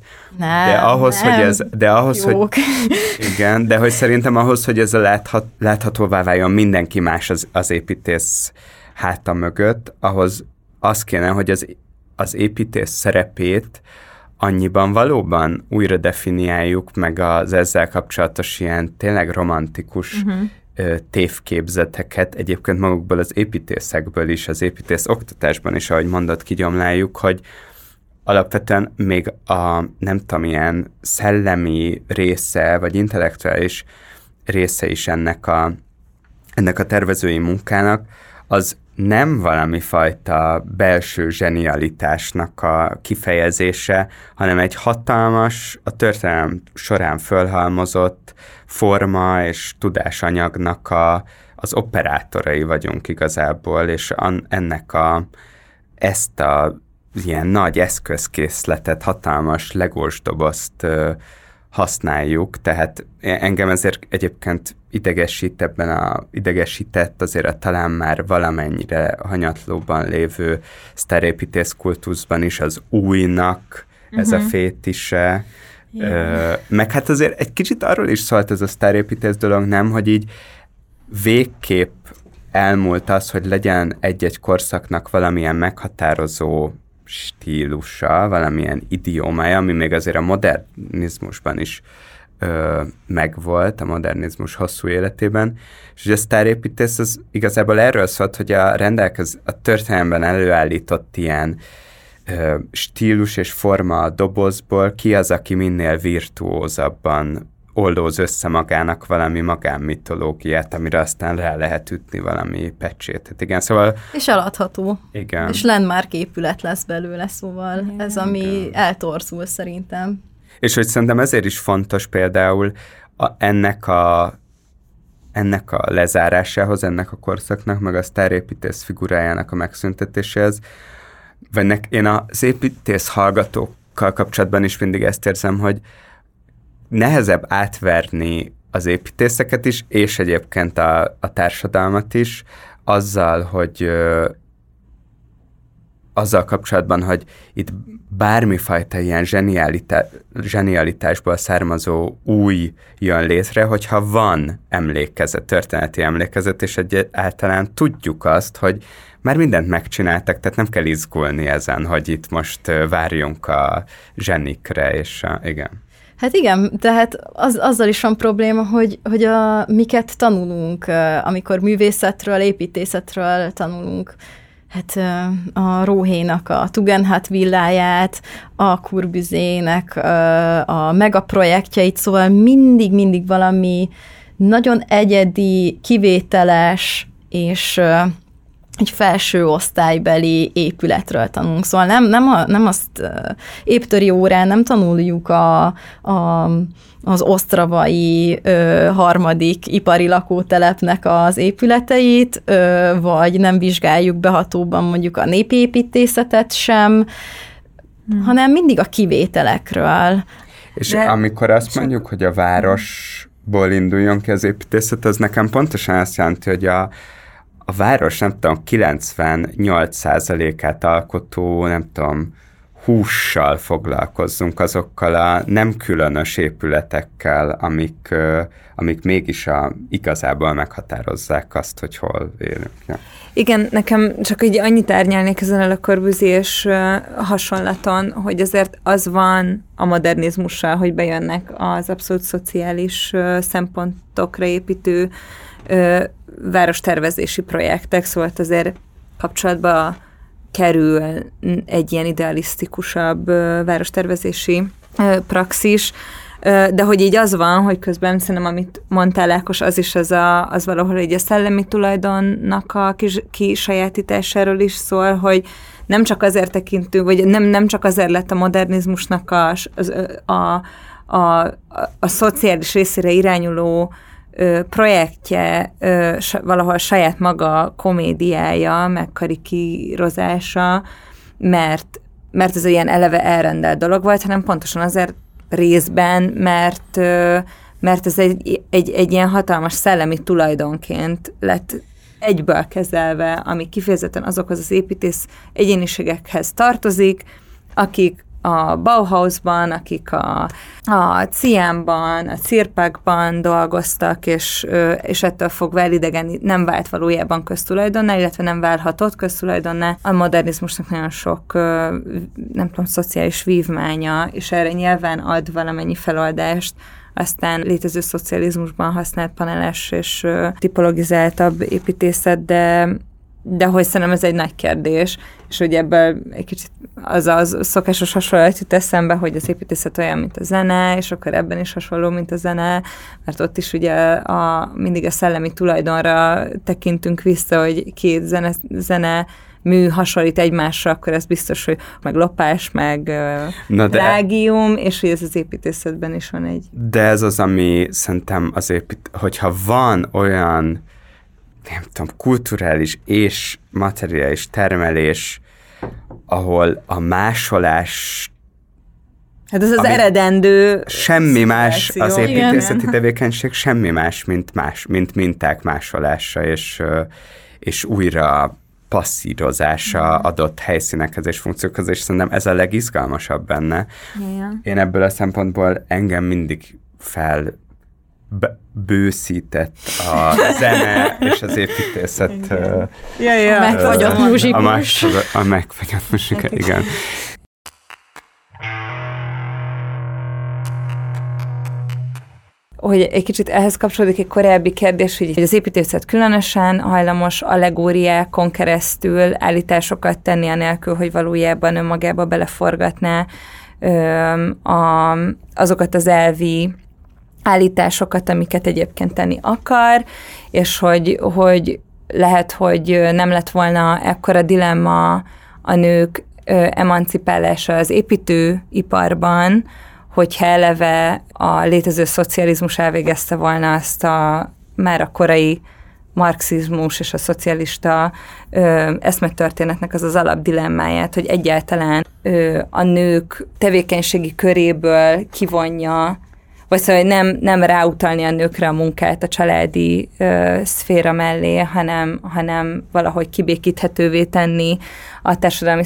de hogy szerintem ahhoz, hogy ez láthatóvá váljon mindenki más az építész háta mögött, ahhoz az kéne, hogy az építész szerepét annyiban valóban újra definiáljuk, meg az ezzel kapcsolatos ilyen tényleg romantikus tévképzeteket, egyébként magukból az építészekből is, az építész oktatásban is, ahogy mondod, kigyomláljuk, hogy alapvetően még nem tudom, ilyen szellemi része, vagy intellektuális része is ennek a tervezői munkának, az nem valami fajta belső zsenialitásnak a kifejezése, hanem egy hatalmas, a történelem során fölhalmozott forma és tudásanyagnak az operátorai vagyunk igazából, és ennek ezt a ilyen nagy eszközkészletet, hatalmas legós dobozt használjuk, tehát engem ezért egyébként idegesített azért a talán már valamennyire hanyatlóban lévő sztárépítész kultuszban is az újnak ez a fétise. Meg hát azért egy kicsit arról is szólt ez a sztárépítész dolog, nem, hogy így végképp elmúlt az, hogy legyen egy-egy korszaknak valamilyen meghatározó stílusa, valamilyen idiómája, ami még azért a modernizmusban is megvolt, a modernizmus hosszú életében, és a sztárépítész az igazából erről szólt, hogy a történelemben előállított ilyen stílus és forma a dobozból ki az, aki minél virtuózabban oldóz össze magának valami magánmitológiát, amire aztán rá lehet ütni valami pecsétet. Igen, szóval... És eladható. Igen. És landmark épület lesz belőle, szóval ez, ami eltorzul szerintem. És hogy szerintem ezért is fontos például ennek a lezárásához, ennek a korszaknak, meg a sztárépítész figurájának a megszüntetéséhez, vagy én az építész hallgatókkal kapcsolatban is mindig ezt érzem, hogy nehezebb átverni az építészeket is, és egyébként a társadalmat is, azzal, hogy azzal kapcsolatban, hogy itt bármifajta ilyen zsenialitásból származó új jön létre, hogyha van emlékezet, történeti emlékezet, és általán tudjuk azt, hogy már mindent megcsináltak, tehát nem kell izgulni ezen, hogy itt most várjunk a zsenikre, és igen. Hát igen, tehát azzal is van probléma, hogy miket tanulunk, amikor művészetről, építészetről tanulunk. Hát a Róhénak a Tugendhat villáját, a Corbusier-nek a megaprojektjeit, szóval mindig valami nagyon egyedi, kivételes és egy felső osztálybeli épületről tanulunk. Szóval nem azt éptöri órán nem tanuljuk az osztravai harmadik ipari lakótelepnek az épületeit, vagy nem vizsgáljuk behatóban mondjuk a népépítészetet sem, hanem mindig a kivételekről. És amikor azt mondjuk, hogy a városból induljon ki az építészet, az nekem pontosan azt jelenti, hogy a város, nem tudom, 98%-át alkotó, nem tudom, hússal foglalkozzunk, azokkal a nem különös épületekkel, amik mégis igazából meghatározzák azt, hogy hol élünk. Ja. Igen, nekem csak így annyit árnyalnék ezen a Le Corbusier-s hasonlaton, hogy azért az van a modernizmussal, hogy bejönnek az abszolút szociális szempontokra építő várostervezési projektek, szóval azért kapcsolatba kerül egy ilyen idealisztikusabb várostervezési praxis, de hogy így az van, hogy közben szerintem, amit mondtál, Ákos, az is az valahol egy a szellemi tulajdonnak a kisajátításáról is szól, hogy nem csak azért tekintünk, vagy nem csak azért lett a modernizmusnak a szociális részére irányuló projektje valahol saját maga komédiája, meg karikírozása, mert ez ilyen eleve elrendelt dolog volt, hanem pontosan azért részben, mert ez egy ilyen hatalmas szellemi tulajdonként lett egyből kezelve, ami kifejezetten azokhoz az építész egyéniségekhez tartozik, akik a Bauhausban, akik a Ciánban, a Cirpakban dolgoztak, és ettől fogva elidegen nem vált valójában köztulajdonná, illetve nem válhatott köztulajdonná. A modernizmusnak nagyon sok, nem tudom, szociális vívmánya, és erre nyilván ad valamennyi feloldást, aztán létező szocializmusban használt paneles és tipologizáltabb építészet, de hogy szerintem ez egy nagy kérdés, és hogy ebből egy kicsit az szokásos hasonlat jut eszembe, hogy az építészet olyan, mint a zene, és akkor ebben is hasonló, mint a zene, mert ott is ugye mindig a szellemi tulajdonra tekintünk vissza, hogy két zene mű hasonlít egymásra, akkor ez biztos, hogy meg lopás, meg plágium, és hogy ez az építészetben is van egy... De ez az, ami szerintem hogyha van olyan, nem tudom, kulturális és materiális termelés, ahol a másolás... Hát ez az eredendő... Semmi más, az építészeti tevékenység semmi más, mint minták másolása, és újra passzírozása adott helyszínekhez és funkciókhoz, és szerintem ez a legizgalmasabb benne. Ja. Én ebből a szempontból engem mindig bőszített a zene és az építészet. A megfagyott muzsikus. A megfagyott muzsika, igen. Hogy egy kicsit ehhez kapcsolódik egy korábbi kérdés, hogy az építészet különösen hajlamos allegóriákon keresztül állításokat tenni, anélkül, hogy valójában önmagába beleforgatná azokat az elvi állításokat, amiket egyébként tenni akar, és hogy lehet, hogy nem lett volna ekkora dilemma a nők emancipálása az építőiparban, hogyha eleve a létező szocializmus elvégezte volna azt már a korai marxizmus és a szocialista eszmetörténetnek az alapdilemmáját, hogy egyáltalán a nők tevékenységi köréből kivonja, vagy szóval nem ráutalni a nőkre a munkát a családi szféra mellé, hanem valahogy kibékíthetővé tenni a társadalmi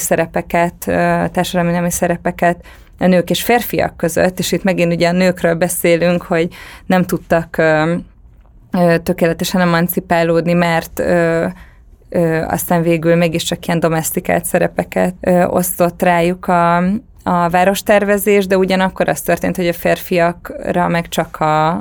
nemi szerepeket a nők és férfiak között, és itt megint ugye a nőkről beszélünk, hogy nem tudtak tökéletesen emancipálódni, mert aztán végül mégiscsak ilyen domesztikált szerepeket osztott rájuk a várostervezés, de ugyanakkor az történt, hogy a férfiakra meg csak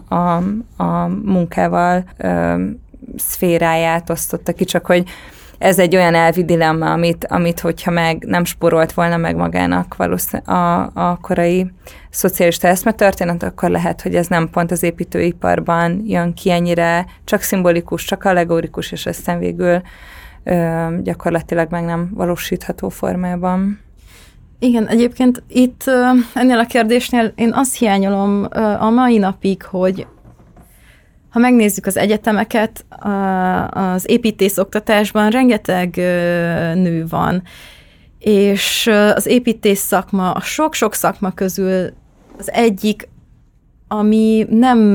a munkával szféráját osztotta ki, csak hogy ez egy olyan elvi dilemma, amit hogyha meg nem sporolt volna meg magának a korai szocialista eszmetörténet, akkor lehet, hogy ez nem pont az építőiparban jön ki ennyire csak szimbolikus, csak allegorikus, és aztán végül gyakorlatilag meg nem valósítható formában. Igen, egyébként itt ennél a kérdésnél én azt hiányolom a mai napig, hogy ha megnézzük az egyetemeket, az építészoktatásban rengeteg nő van, és az építész szakma, a sok-sok szakma közül az egyik, ami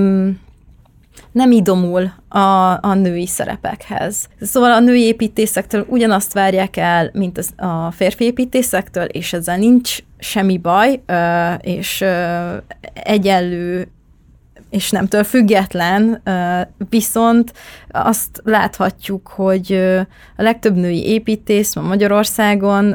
nem idomul a női szerepekhez. Szóval a női építészektől ugyanazt várják el, mint a férfi építészektől, és ezzel nincs semmi baj, és egyenlő és nemtől független, viszont azt láthatjuk, hogy a legtöbb női építész ma Magyarországon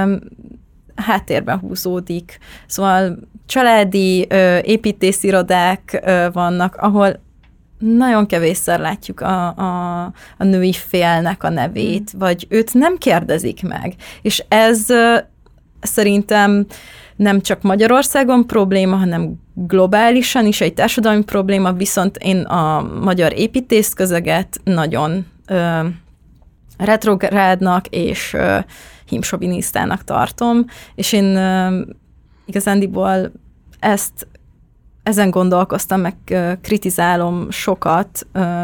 háttérben húzódik. Szóval családi építészirodák vannak, ahol nagyon kevésszer látjuk a női félnek a nevét, vagy őt nem kérdezik meg. És ez szerintem nem csak Magyarországon probléma, hanem globálisan is egy társadalmi probléma, viszont én a magyar építészközeget nagyon retrográdnak és hímsovinisztának tartom, és én igazándiból ezen gondolkoztam, meg kritizálom sokat,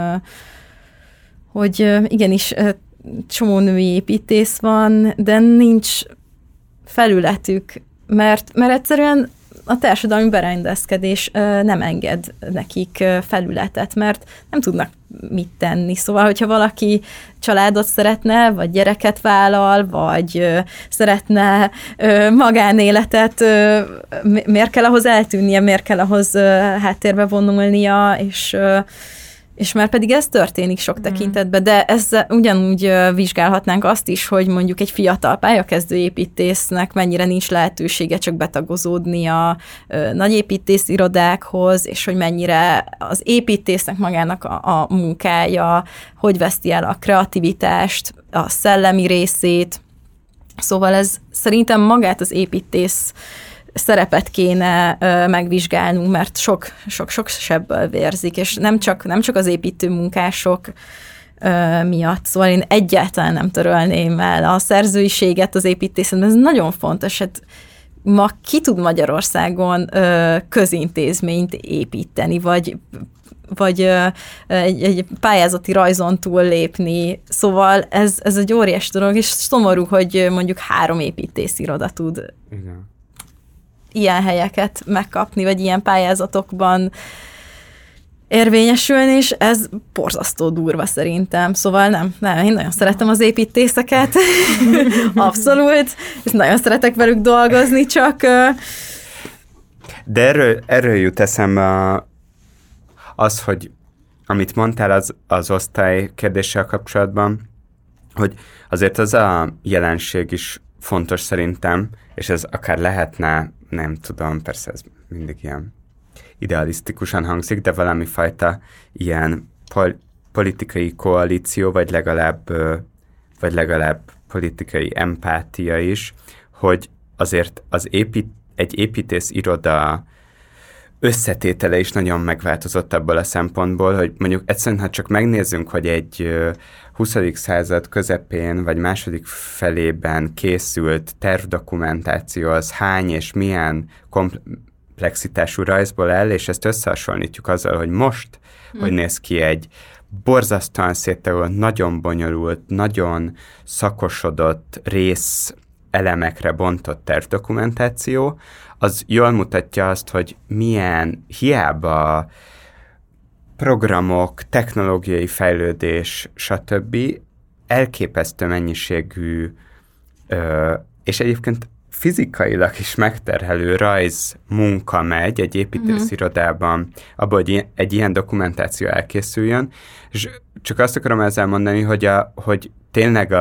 hogy igenis csomó női építész van, de nincs felületük, mert egyszerűen a társadalmi berendezkedés nem enged nekik felületet, mert nem tudnak mit tenni. Szóval, hogyha valaki családot szeretne, vagy gyereket vállal, vagy szeretne magánéletet, miért kell ahhoz eltűnnie, miért kell ahhoz háttérbe vonulnia, és már pedig ez történik sok tekintetben, de ezzel ugyanúgy vizsgálhatnánk azt is, hogy mondjuk egy fiatal pályakezdő építésznek mennyire nincs lehetősége csak betagozódni a nagy építészirodákhoz, és hogy mennyire az építésznek magának a munkája, hogy veszti el a kreativitást, a szellemi részét. Szóval ez szerintem magát az építész szerepet kéne megvizsgálnunk, mert sok sebből vérzik, és nem csak az építő munkások miatt. Szóval én egyáltalán nem törölném el a szerzőiséget az építészetben, ez nagyon fontos. Hát ma ki tud Magyarországon közintézményt építeni, vagy egy pályázati rajzon túl lépni. Szóval ez egy óriás dolog, és szomorú, hogy mondjuk 3 építésziroda tud ilyen helyeket megkapni, vagy ilyen pályázatokban érvényesülni, és ez borzasztó durva szerintem. Szóval nem, én nagyon szeretem az építészeket, abszolút, és nagyon szeretek velük dolgozni, csak... De erről jut eszembe az, hogy amit mondtál az osztály kérdéssel kapcsolatban, hogy azért az a jelenség is fontos szerintem, és ez akár lehetne, nem tudom, persze ez mindig ilyen idealisztikusan hangzik, de valami fajta ilyen politikai koalíció, vagy legalább politikai empátia is, hogy azért egy építész iroda összetétele is nagyon megváltozott abból a szempontból, hogy mondjuk egyszerűen, ha csak megnézzünk, hogy egy 20. század közepén vagy második felében készült tervdokumentáció az hány és milyen komplexitású rajzból áll, és ezt összehasonlítjuk azzal, hogy most, hogy néz ki egy borzasztóan széttagolott, nagyon bonyolult, nagyon szakosodott rész elemekre bontott tervdokumentáció, az jól mutatja azt, hogy milyen hiába programok, technológiai fejlődés, stb. Elképesztő mennyiségű, és egyébként fizikailag is megterhelő rajz munka megy egy építészirodában, abban, hogy egy ilyen dokumentáció elkészüljön, és csak azt akarom ezzel mondani, hogy tényleg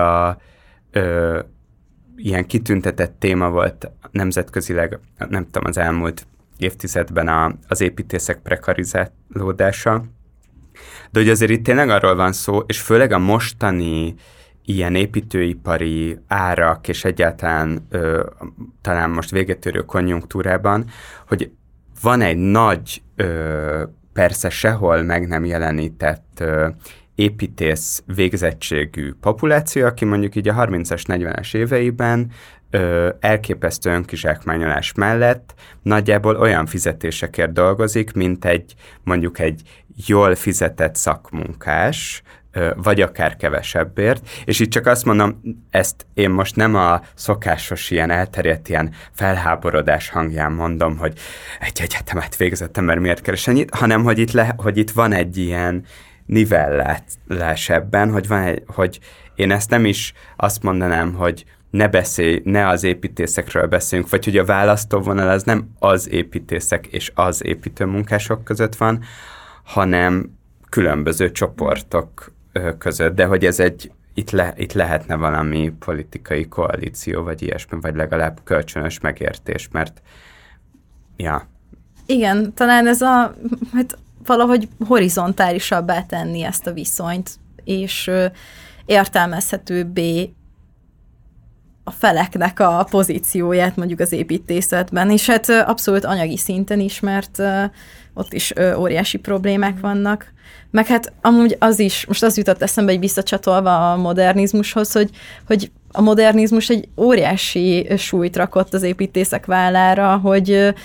ilyen kitüntetett téma volt nemzetközileg, nem tudom, az elmúlt évtizedben az építészek prekarizálódása, de hogy azért itt tényleg arról van szó, és főleg a mostani ilyen építőipari árak, és egyáltalán talán most véget érő konjunktúrában, hogy van egy nagy, persze sehol meg nem jelenített építész végzettségű populáció, aki mondjuk így a 30-as, 40-es éveiben elképesztő önkizsákmányolás mellett nagyjából olyan fizetésekért dolgozik, mint mondjuk egy jól fizetett szakmunkás, vagy akár kevesebbért, és itt csak azt mondom, ezt én most nem a szokásos ilyen elterjedt ilyen felháborodás hangján mondom, hogy egy egyetemet végzettem, mert miért keres ennyit, hanem hogy itt van egy ilyen nivellálás ebben, hogy én ezt nem is azt mondanám, hogy ne az építészekről beszéljünk, vagy hogy a választóvonal az nem az építészek és az építőmunkások között van, hanem különböző csoportok között, de hogy ez itt lehetne valami politikai koalíció, vagy ilyesmi, vagy legalább kölcsönös megértés, mert ja. Igen, talán ez valahogy horizontálisabbá tenni ezt a viszonyt, és értelmezhetőbbé a feleknek a pozícióját mondjuk az építészetben, és hát abszolút anyagi szinten is, mert ott is óriási problémák vannak. Meg hát amúgy most az jutott eszembe, hogy visszacsatolva a modernizmushoz, hogy a modernizmus egy óriási súlyt rakott az építészek vállára, hogy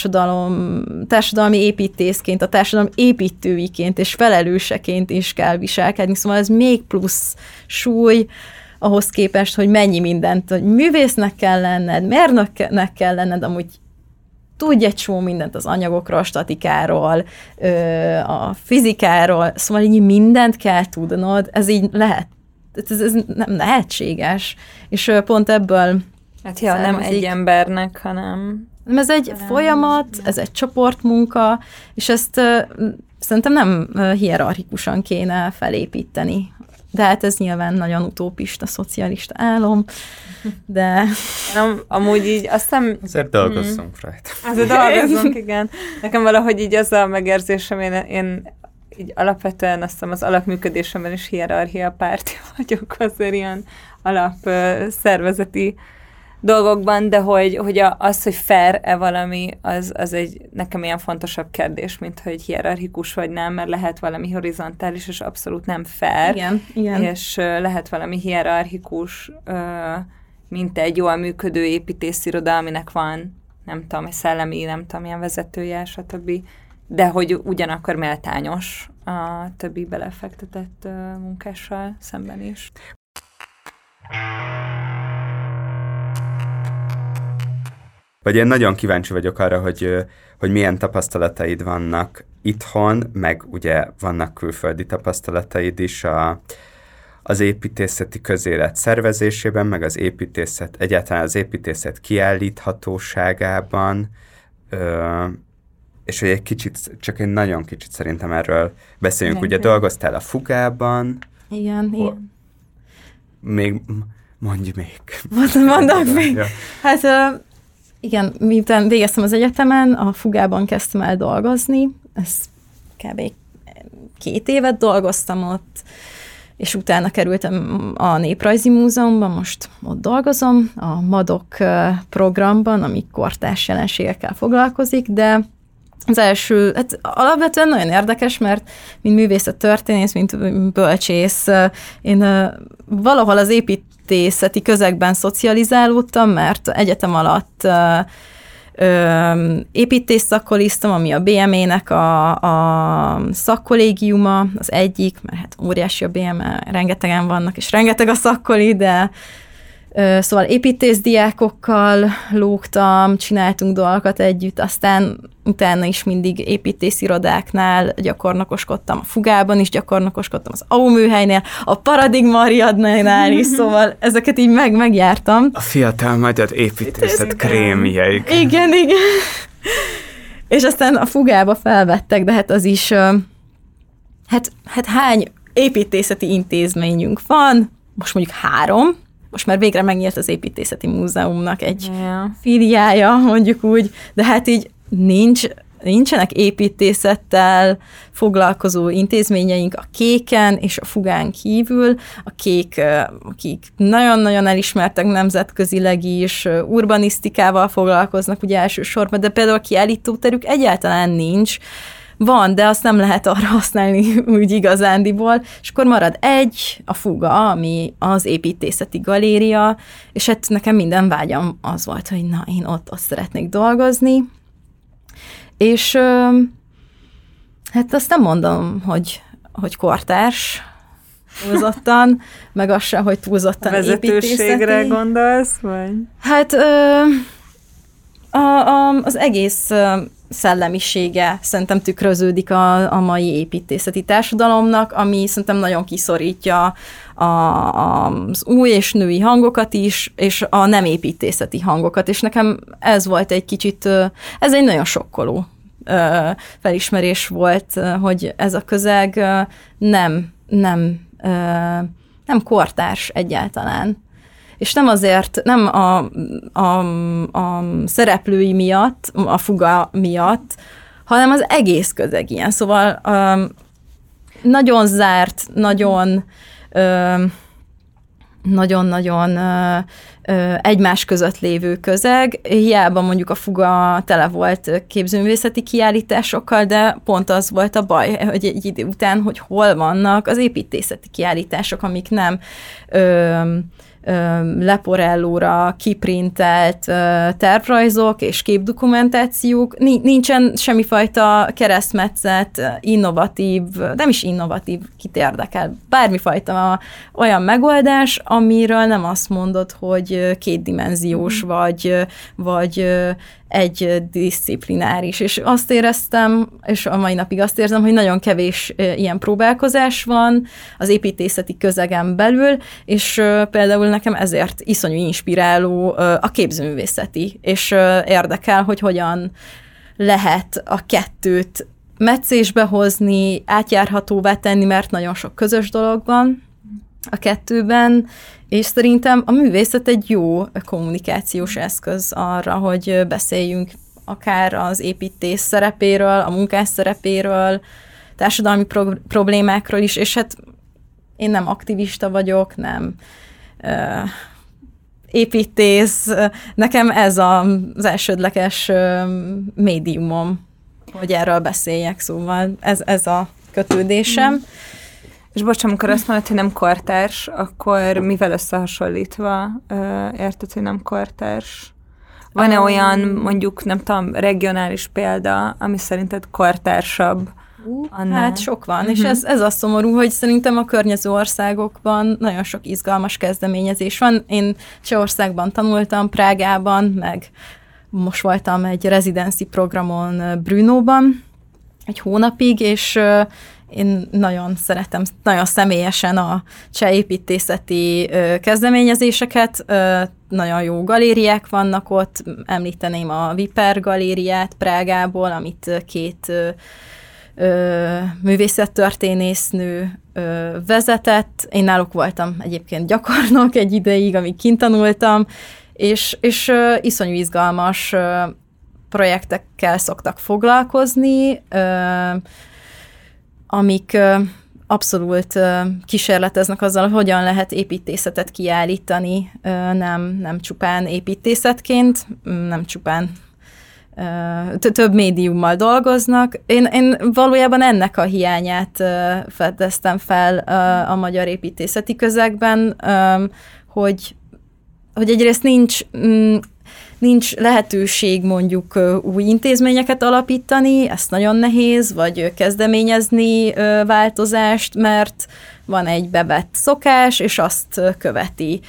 társadalmi építészként, a társadalom építőiként és felelőseként is kell viselkedni, szóval ez még plusz súly ahhoz képest, hogy mennyi mindent, hogy művésznek kell lenned, mérnöknek kell lenned, amúgy tudj egy csomó mindent az anyagokról, a statikáról, a fizikáról, szóval így mindent kell tudnod, ez így lehet, ez nem lehetséges, és pont ebből hát ja, nem egy embernek, hanem ez egy folyamat, ez egy csoportmunka, és ezt szerintem nem hierarchikusan kéne felépíteni. De hát ez nyilván nagyon utópista, szocialista álom, de... Amúgy így aztán... Azért dolgozzunk rajta. Azért dolgozzunk, igen. Nekem valahogy így az a megérzésem, én így alapvetően azt hiszem az alapműködésemben is hierarchiapárti vagyok, azért ilyen alapszervezeti dolgokban, de hogy az, hogy fair-e valami, az egy nekem ilyen fontosabb kérdés, mint hogy hierarchikus vagy nem, mert lehet valami horizontális, és abszolút nem fair. Igen. És lehet valami hierarchikus, mint egy jól működő építésziroda, aminek van, nem tudom, egy szellemi, nem tudom, ilyen vezetője, stb. De hogy ugyanakkor méltányos a többi belefektetett munkással szemben is. Vagy én nagyon kíváncsi vagyok arra, hogy milyen tapasztalataid vannak itthon, meg ugye vannak külföldi tapasztalataid is az építészeti közélet szervezésében, meg egyáltalán az építészet kiállíthatóságában, és hogy egy kicsit, csak egy nagyon kicsit szerintem erről beszéljünk. Igen, ugye dolgoztál a Fugában. Igen. Még, mondj még. Mondok még. Ja. Hát igen, miután végeztem az egyetemen, a Fugában kezdtem el dolgozni, ez kb. 2 évet dolgoztam ott, és utána kerültem a Néprajzi Múzeumban, most ott dolgozom, a MADOK programban, ami kortárs jelenségekkel foglalkozik, de Az első, hát alapvetően nagyon érdekes, mert mint művészettörténész, mint bölcsész, én valahol az építészeti közegben szocializálódtam, mert egyetem alatt építészszakkoliztam, ami a BME-nek a szakkollégiuma, az egyik, mert hát óriási a BME, rengetegen vannak, és rengeteg a szakkoli, de szóval építészdiákokkal lógtam, csináltunk dolgokat együtt, aztán utána is mindig építészirodáknál gyakornokoskodtam, a Fugában is gyakornokoskodtam, az AU műhelynél, a Paradigma Ariadnánál is, szóval ezeket így megjártam. A fiatal magyar építészet krémjeik. Igen. És aztán a Fugába felvettek, de hát az is, hát hány építészeti intézményünk van? Most mondjuk 3, most már végre megnyílt az Építészeti Múzeumnak egy filiája, mondjuk úgy, de hát így nincsenek építészettel foglalkozó intézményeink a Kéken és a Fugán kívül. A Kék, akik nagyon-nagyon elismertek nemzetközileg is, urbanisztikával foglalkoznak ugye elsősorban, de például a kiállítóterük egyáltalán nincs. Van, de azt nem lehet arra használni úgy igazándiból, és akkor marad a Fuga, ami az építészeti galéria, és hát nekem minden vágyam az volt, hogy na, én ott szeretnék dolgozni, és hát azt nem mondom, hogy kortárs túlzottan, meg az sem, hogy túlzottan vezetőségre gondolsz, vagy? Hát az egész szellemisége szerintem tükröződik a mai építészeti társadalomnak, ami szerintem nagyon kiszorítja az új és női hangokat is, és a nem építészeti hangokat, és nekem ez volt egy kicsit, ez egy nagyon sokkoló felismerés volt, hogy ez a közeg nem kortárs egyáltalán. És nem azért, nem a szereplői miatt, a Fuga miatt, hanem az egész közeg ilyen. Szóval nagyon zárt, nagyon-nagyon egymás között lévő közeg. Hiába mondjuk a Fuga tele volt képzőművészeti kiállításokkal, de pont az volt a baj, hogy egy idő után, hogy hol vannak az építészeti kiállítások, amik nem leporellóra kiprintelt tervrajzok és képdokumentációk, nincsen semmifajta keresztmetszet, innovatív, nem is innovatív, kit érdekel, bármifajta olyan megoldás, amiről nem azt mondod, hogy kétdimenziós vagy egy diszciplináris. És azt éreztem, és a mai napig azt érzem, hogy nagyon kevés ilyen próbálkozás van az építészeti közegen belül, és például nekem ezért iszonyú inspiráló a képzőművészeti, és érdekel, hogy hogyan lehet a kettőt meccésbe hozni, átjárhatóvá tenni, mert nagyon sok közös dolog van a kettőben, és szerintem a művészet egy jó kommunikációs eszköz arra, hogy beszéljünk akár az építész szerepéről, a munkás szerepéről, társadalmi problémákról is, és hát én nem aktivista vagyok, nem építész, nekem ez az elsődleges médiumom, hogy erről beszéljek, szóval ez a kötődésem. És bocs, amikor azt mondod, hogy nem kortárs, akkor mivel összehasonlítva érted, hogy nem kortárs? Van-e olyan, mondjuk, nem tudom, regionális példa, ami szerinted kortársabb? Hát sok van, és ez a szomorú, hogy szerintem a környező országokban nagyon sok izgalmas kezdeményezés van. Én Csehországban tanultam, Prágában, meg most voltam egy residency programon Brnóban egy hónapig, és én nagyon szeretem, nagyon személyesen a cseh építészeti kezdeményezéseket, nagyon jó galériák vannak ott, említeném a Viper galériát Prágából, amit 2 művészettörténésznő vezetett. Én náluk voltam egyébként gyakornok egy ideig, amíg kint tanultam, és iszonyú izgalmas projektekkel szoktak foglalkozni, amik abszolút kísérleteznek azzal, hogy hogyan lehet építészetet kiállítani, nem csupán építészetként, nem csupán több médiummal dolgoznak. Én valójában ennek a hiányát fedeztem fel a magyar építészeti közegben, hogy egyrészt nincs lehetőség mondjuk új intézményeket alapítani, ezt nagyon nehéz, vagy kezdeményezni változást, mert van egy bevett szokás, és azt követi.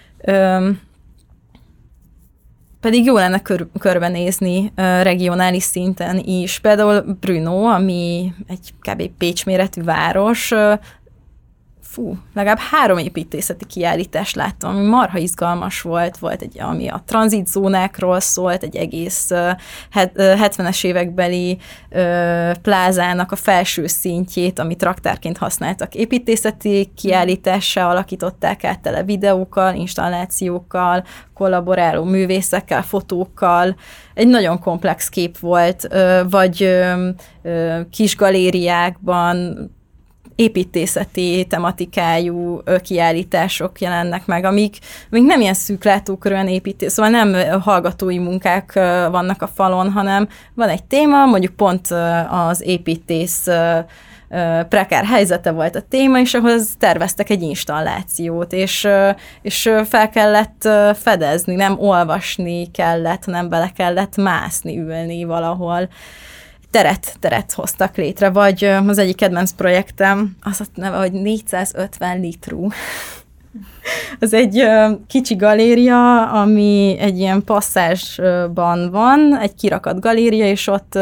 Pedig jó lenne körbenézni regionális szinten is. Például Brno, ami egy kb. Pécs méretű város, legalább 3 építészeti kiállítást láttam, ami marha izgalmas volt ami a tranzitzónákról szólt, egy egész 70-es évekbeli plázának a felső szintjét, amit raktárként használtak építészeti kiállítással, alakították át tele videókkal, installációkkal, kollaboráló művészekkel, fotókkal. Egy nagyon komplex kép volt, vagy kis galériákban építészeti tematikájú kiállítások jelennek meg, amik nem ilyen szűklátókörűen építés, szóval nem hallgatói munkák vannak a falon, hanem van egy téma, mondjuk pont az építész prekár helyzete volt a téma, és ahhoz terveztek egy installációt, és fel kellett fedezni, nem olvasni kellett, hanem bele kellett mászni, ülni valahol. Teret hoztak létre, vagy az egyik kedvenc projektem, az a neve, hogy 450 litrú. Az egy kicsi galéria, ami egy ilyen passzázsban van, egy kirakat galéria, és ott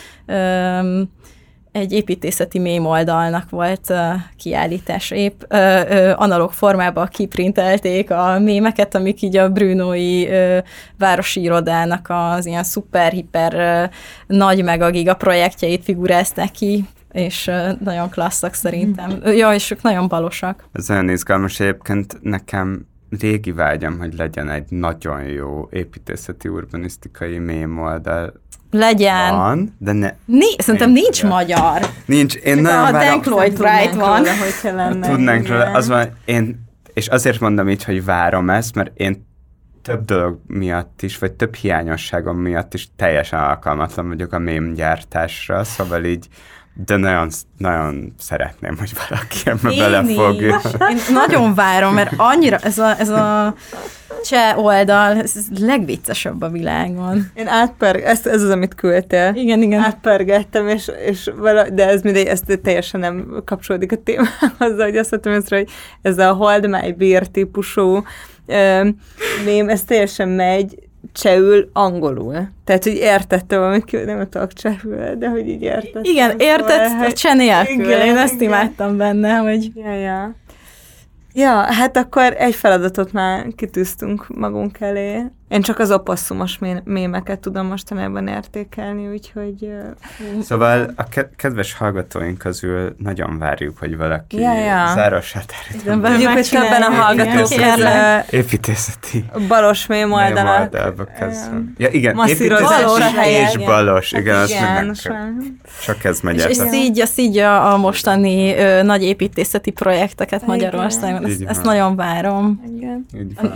egy építészeti mémoldalnak volt kiállítása. Épp analóg formában kiprintelték a mémeket, amik így a brünói városi irodának az ilyen szuper-hiper nagy meg a giga projektjeit figurázták ki, és nagyon klasszak szerintem. Ja, és ők nagyon balosak. Ez nagyon izgalmas egyébként nekem. Régi vágyam, hogy legyen egy nagyon jó építészeti urbanisztikai mémoldal. Legyen. Van, de szerintem nincs magyar. Nincs. Én nagyon várom. A Lloyd Wright van. Tudnánk róla. Az van, és azért mondom így, hogy várom ezt, mert én több dolog miatt is, vagy több hiányosságom miatt is teljesen alkalmatlan vagyok a mémgyártásra, szóval így de nagyon, nagyon szeretném, hogy valaki ebbe belefogja. Én nagyon várom, mert annyira ez a cseh oldal, ez legviccesebb a világon. Én ez az, amit küldtél. Igen. Átpergettem, de ez mindegy, ez teljesen nem kapcsolódik a témához, hogy azt mondtam észre, hogy ez a Hold My Beer típusú mém, ez teljesen megy csehül, angolul. Tehát, hogy értette valamit, nem tudok csehül, de hogy így értette. Igen, értett cseh nélkül. Én ezt imádtam benne, hogy... Ja, hát akkor egy feladatot már kitűztünk magunk elé. Én csak az oposszumos mémeket tudom mostanában értékelni, úgyhogy... Szóval a kedves hallgatóink közül nagyon várjuk, hogy valaki zárósát Várjuk, hogy többen a hallgatók építészeti balos mém oldalat. Ja, igen, építészeti és balos. Igen, az mindenki. Csak ez megy el. És így a mostani nagy építészeti projekteket Magyarországon. Ezt nagyon várom. Igen. Így van.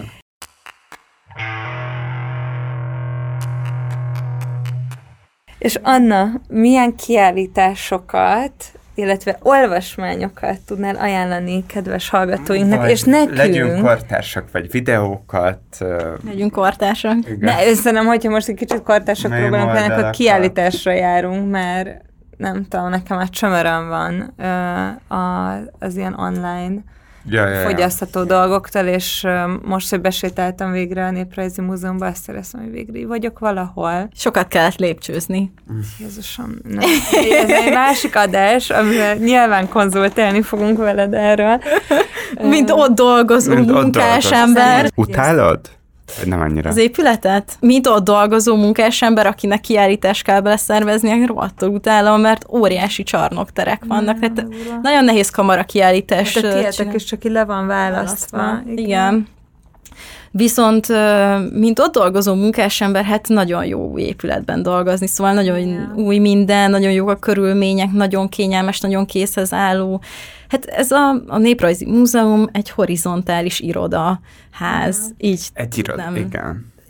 És Anna, milyen kiállításokat, illetve olvasmányokat tudnál ajánlani kedves hallgatóinknak, vagy és nekünk? Legyünk kortársak, vagy videókat. Legyünk kortársak. Szerintem, hogyha most egy kicsit kortársak próbálunk lenni, akkor kiállításra járunk, mert nem tudom, nekem már csömöröm van az ilyen online fogyasztható dolgoktól, és most, hogy besétáltam végre a Néprajzi Múzeumban, azt éreztem, hogy végre vagyok valahol. Sokat kellett lépcsőzni. Jézusom, nem. Ez egy másik adás, amivel nyilván konzultálni fogunk veled erről. Mint ott dolgozó munkásember. Utálod? Nem annyira. Az épületet? Mint ott dolgozó munkásember, akinek kiállítást kell beleszervezni, rohadtul utálom, mert óriási csarnokterek vannak. Tehát nagyon nehéz kamara kiállítást. Hát a tietek is csak le van választva. Igen. Viszont, mint ott dolgozó munkásember, hát nagyon jó új épületben dolgozni, szóval nagyon új minden, nagyon jók a körülmények, nagyon kényelmes, nagyon készhez álló. Hát ez a Néprajzi Múzeum egy horizontális irodaház. Így egy iroda, igen.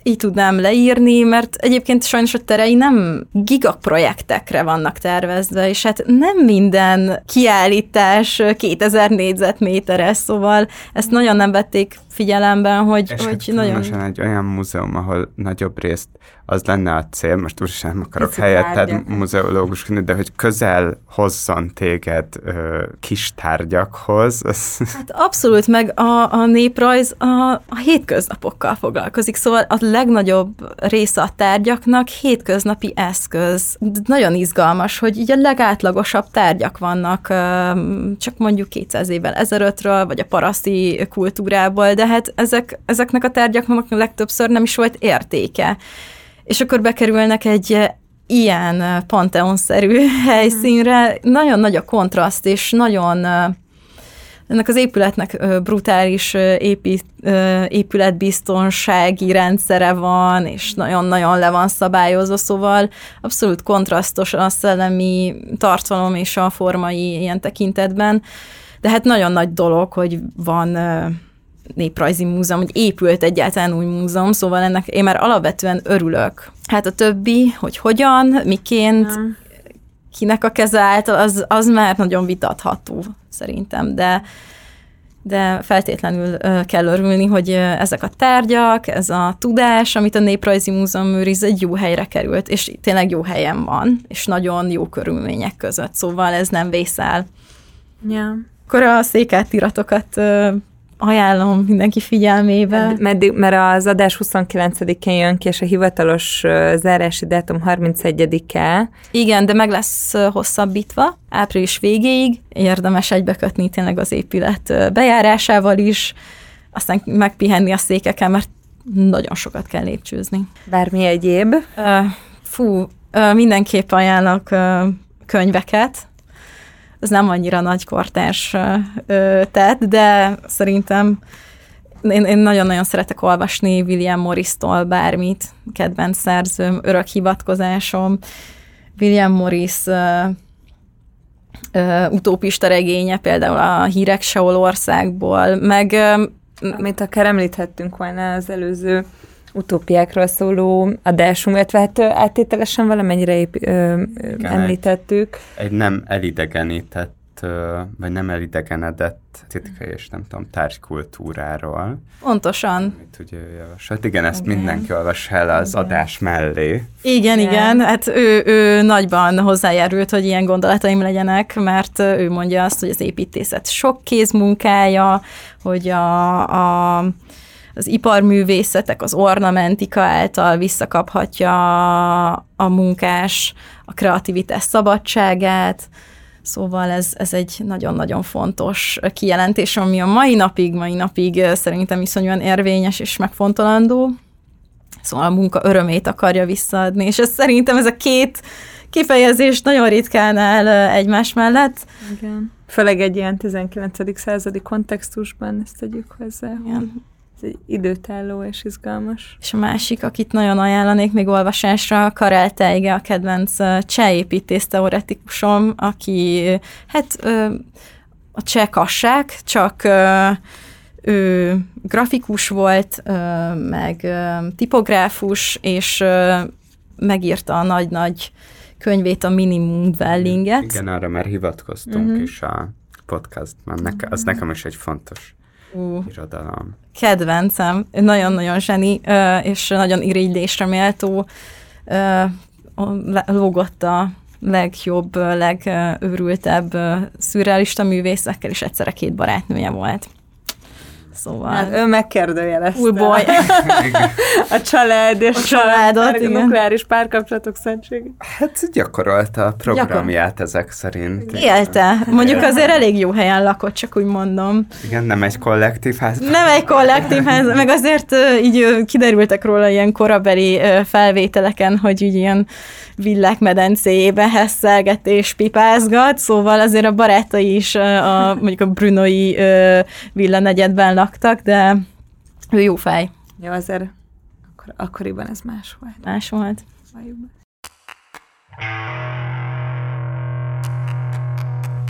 így tudnám leírni, mert egyébként sajnos a terei nem gigaprojektekre vannak tervezve, és hát nem minden kiállítás 2000 négyzetméteres, szóval ezt nagyon nem vették figyelemben, hogy nagyon... egy olyan múzeum, ahol nagyobb részt az lenne a cél, most úgyse nem akarok helyetted muzeológusként, de hogy közel hozzon téged kis tárgyakhoz. Hát abszolút, meg a néprajz a hétköznapokkal foglalkozik, szóval a legnagyobb része a tárgyaknak hétköznapi eszköz. Nagyon izgalmas, hogy így a legátlagosabb tárgyak vannak, csak mondjuk 200 évvel ezelőttről, vagy a paraszti kultúrából, de hát ezeknek a tárgyaknak legtöbbször nem is volt értéke. És akkor bekerülnek egy ilyen panteonszerű helyszínre, nagyon nagy a kontraszt, és nagyon ennek az épületnek brutális épületbiztonsági rendszere van, és nagyon-nagyon le van szabályozva, szóval abszolút kontrasztos a szellemi tartalom és a formai ilyen tekintetben, de hát nagyon nagy dolog, hogy van néprajzi múzeum, hogy épült egyáltalán új múzeum, szóval ennek én már alapvetően örülök. Hát a többi, hogy hogyan, miként, kinek a keze által, az már nagyon vitatható szerintem, de feltétlenül kell örülni, hogy ezek a tárgyak, ez a tudás, amit a Néprajzi Múzeum őriz, egy jó helyre került, és tényleg jó helyen van, és nagyon jó körülmények között, szóval ez nem vészel. Ja. Akkor a székátiratokat ajánlom mindenki figyelmébe. Mert az adás 29-én jön ki, és a hivatalos zárási dátum 31-e. Igen, de meg lesz hosszabbítva, április végéig. Érdemes egybekötni tényleg az épület bejárásával is, aztán megpihenni a székeken, mert nagyon sokat kell lépcsőzni. Bármi egyéb? Mindenképp ajánlok könyveket. Ez nem annyira nagy kortárs tett, de szerintem én nagyon-nagyon szeretek olvasni William Morris-tól bármit, kedvenc szerzőm, örök hivatkozásom. William Morris utópista regénye, például a Hírek Seol országból, meg... Mint akár említhettünk volna az előző utópiákról szóló adásunk, illetve hát áttételesen valamennyire említettük. Egy nem elidegenített, vagy nem elidegenedett titkai és nem tudom, tárgykultúráról. Pontosan. Amit ugye javasolt. Igen, ezt mindenki olvassa el az adás mellé. Igen. Hát ő nagyban hozzájárult, hogy ilyen gondolataim legyenek, mert ő mondja azt, hogy az építészet sok kézmunkája, hogy az iparművészetek, az ornamentika által visszakaphatja a munkás a kreativitás szabadságát, szóval ez egy nagyon-nagyon fontos kijelentés, ami a mai napig szerintem iszonyúan érvényes és megfontolandó. Szóval a munka örömét akarja visszaadni, és szerintem ez a két kifejezés nagyon ritkán áll egymás mellett. Igen. Főleg egy ilyen 19. századi kontextusban ezt tegyük hozzá. Igen. Ez egy időtálló és izgalmas. És a másik, akit nagyon ajánlanék még olvasásra, Karel Teige, a kedvenc cseh építészteoretikusom, aki a cseh kassák, csak ő grafikus volt, meg tipográfus, és megírta a nagy-nagy könyvét, a Minimum Dwellinget. Igen, arra már hivatkoztunk is a podcastban. Az nekem is egy fontos irodalom. Kedvencem, nagyon-nagyon zseni, és nagyon irigylésre méltó, lógott a legjobb, legőrültebb szürrealista művészekkel, és egyszerre 2 barátnője volt. Szóval... Hát, ő megkérdőjelezte. Full boy. A család és a családot, a nukleáris párkapcsolatok szentségét. Hát gyakorolta a programját ezek szerint. Élte. Mondjuk azért elég jó helyen lakott, csak úgy mondom. Igen, nem egy kollektív ház. Nem egy kollektív ház, meg azért így kiderültek róla ilyen korabeli felvételeken, hogy így ilyen villák medencéjébe hesszelget és pipázgat, szóval azért a barátai is mondjuk a brunói villanegyedben laktak, de ő jó fej. Jó, azért akkoriban ez más volt. Más volt.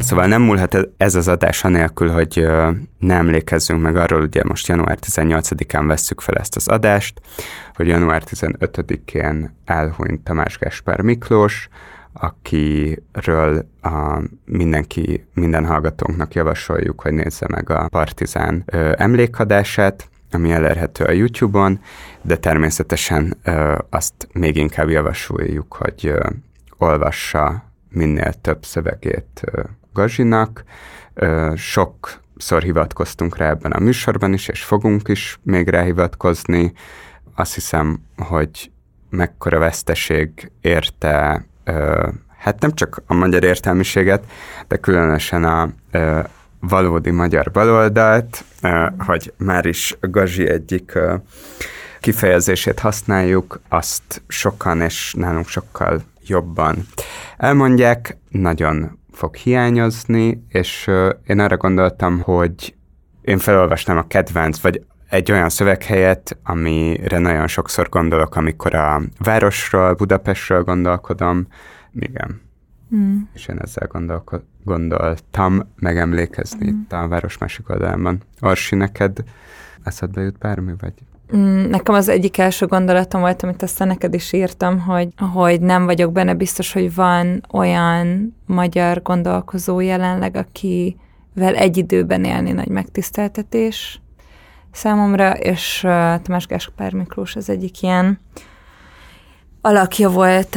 Szóval nem múlhat ez az adás anélkül, hogy ne emlékezzünk meg arról, ugye most január 18-án vesszük fel ezt az adást, hogy január 15-én elhunyt Tamás Gáspár Miklós, akiről minden hallgatónknak javasoljuk, hogy nézze meg a Partizán emlékadását, ami elérhető a YouTube-on, de természetesen azt még inkább javasoljuk, hogy olvassa minél több szövegét Gazinak. Sokszor hivatkoztunk rá ebben a műsorban is, és fogunk is még rá hivatkozni. Azt hiszem, hogy mekkora veszteség érte, hát nem csak a magyar értelmiséget, de különösen a valódi magyar baloldalt, hogy már is Gazi egyik kifejezését használjuk, azt sokan és nálunk sokkal jobban elmondják, nagyon fog hiányozni, és én arra gondoltam, hogy én felolvasnám a kedvenc, vagy egy olyan szöveghelyet, amire nagyon sokszor gondolok, amikor a városról, Budapestről gondolkodom. Igen. És én ezzel gondoltam megemlékezni itt a város másik oldalában. Orsi, neked eszedbe jut bármi, vagy? Nekem az egyik első gondolatom volt, amit aztán neked is írtam, hogy nem vagyok benne biztos, hogy van olyan magyar gondolkozó jelenleg, akivel egy időben élni nagy megtiszteltetés számomra, és Tamás Gáspár Miklós az egyik ilyen alakja volt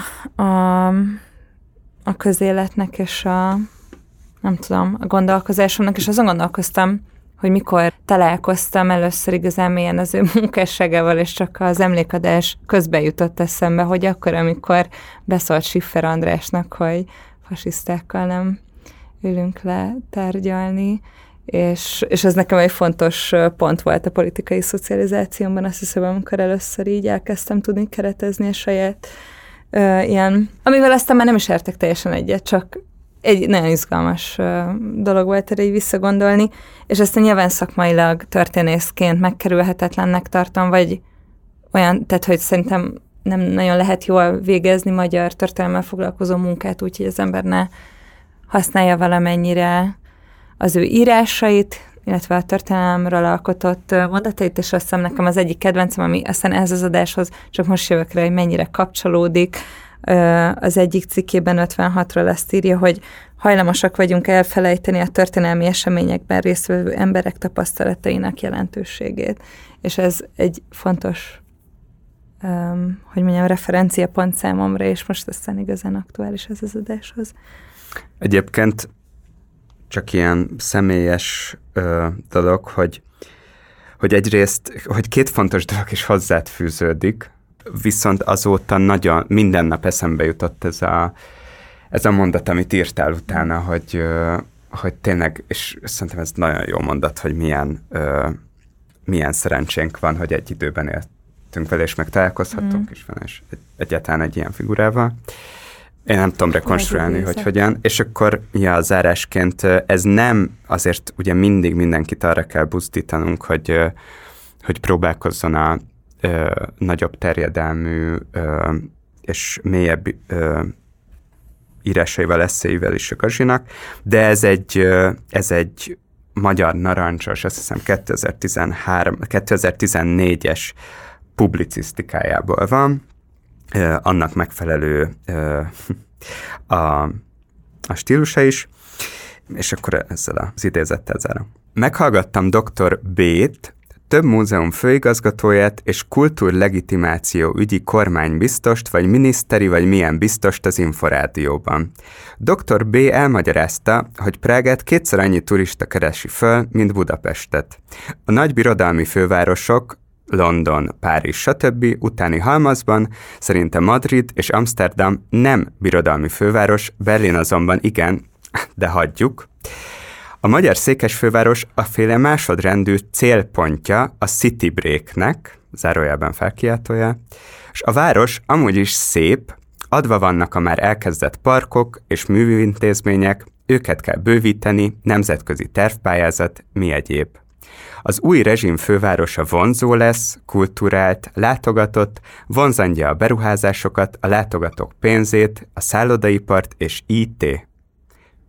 a közéletnek, és a gondolkozásomnak, és azon gondolkoztam, hogy mikor találkoztam először igazán mélyen az ő munkásságával, és csak az emlékadás közben jutott eszembe, hogy akkor, amikor beszólt Schiffer Andrásnak, hogy fasisztákkal nem ülünk le tárgyalni, és ez nekem egy fontos pont volt a politikai szocializációmban, azt hiszem, amikor először így elkezdtem tudni keretezni a saját ilyen, amivel aztán már nem is értek teljesen egyet, csak egy nagyon izgalmas dolog volt erre így visszagondolni, és aztán nyilván szakmailag történészként megkerülhetetlennek tartom, vagy olyan, tehát hogy szerintem nem nagyon lehet jól végezni magyar történelemmel foglalkozó munkát, úgyhogy az ember ne használja valamennyire az ő írásait, illetve a történelemről alkotott mondatait, és azt hiszem nekem az egyik kedvencem, ami aztán ez az adáshoz csak most jövök rá, hogy mennyire kapcsolódik. Az egyik cikkében 56-ról azt írja, hogy hajlamosak vagyunk elfelejteni a történelmi eseményekben résztvevő emberek tapasztalatainak jelentőségét. És ez egy fontos, hogy mondjam, referenciapont számomra, és most aztán igazán aktuális ez az adáshoz. Egyébként csak ilyen személyes dolog, hogy egyrészt, hogy két fontos dolog is hozzád fűződik, viszont azóta nagyon minden nap eszembe jutott ez a mondat, amit írtál utána, hogy tényleg, és szerintem ez nagyon jó mondat, hogy milyen szerencsénk van, hogy egy időben éltünk vele, és meg találkozhattunk is vele, és egyáltalán egy ilyen figurával. Én nem tudom rekonstruálni, hogy hogyan. És akkor, ja, zárásként ez nem, azért ugye mindig mindenkit arra kell buzdítanunk, hogy próbálkozzon a nagyobb terjedelmű és mélyebb írásaival, eszéivel is a Gazinak, de ez egy magyar narancsos, azt hiszem 2014-es publicisztikájából van, annak megfelelő a stílusa is, és akkor ezzel az idézettel zárom. Meghallgattam dr. B-t, több múzeum főigazgatóját és kultúrlegitimáció ügyi kormánybiztost, vagy miniszteri, vagy milyen biztost az Inforádióban. Dr. B. elmagyarázta, hogy Prágát kétszer annyi turista keresi föl, mint Budapestet. A nagy birodalmi fővárosok, London, Párizs, stb. Utáni halmazban szerinte Madrid és Amsterdam nem birodalmi főváros, Berlin azonban igen, de hagyjuk. A magyar székesfőváros a féle másodrendű célpontja a city breaknek, zárójelben felkiáltója, és a város amúgy is szép, adva vannak a már elkezdett parkok és műintézmények, őket kell bővíteni, nemzetközi tervpályázat, mi egyéb. Az új rezsim fővárosa vonzó lesz, kulturált, látogatott, vonzandja a beruházásokat, a látogatók pénzét, a szállodaipart és IT.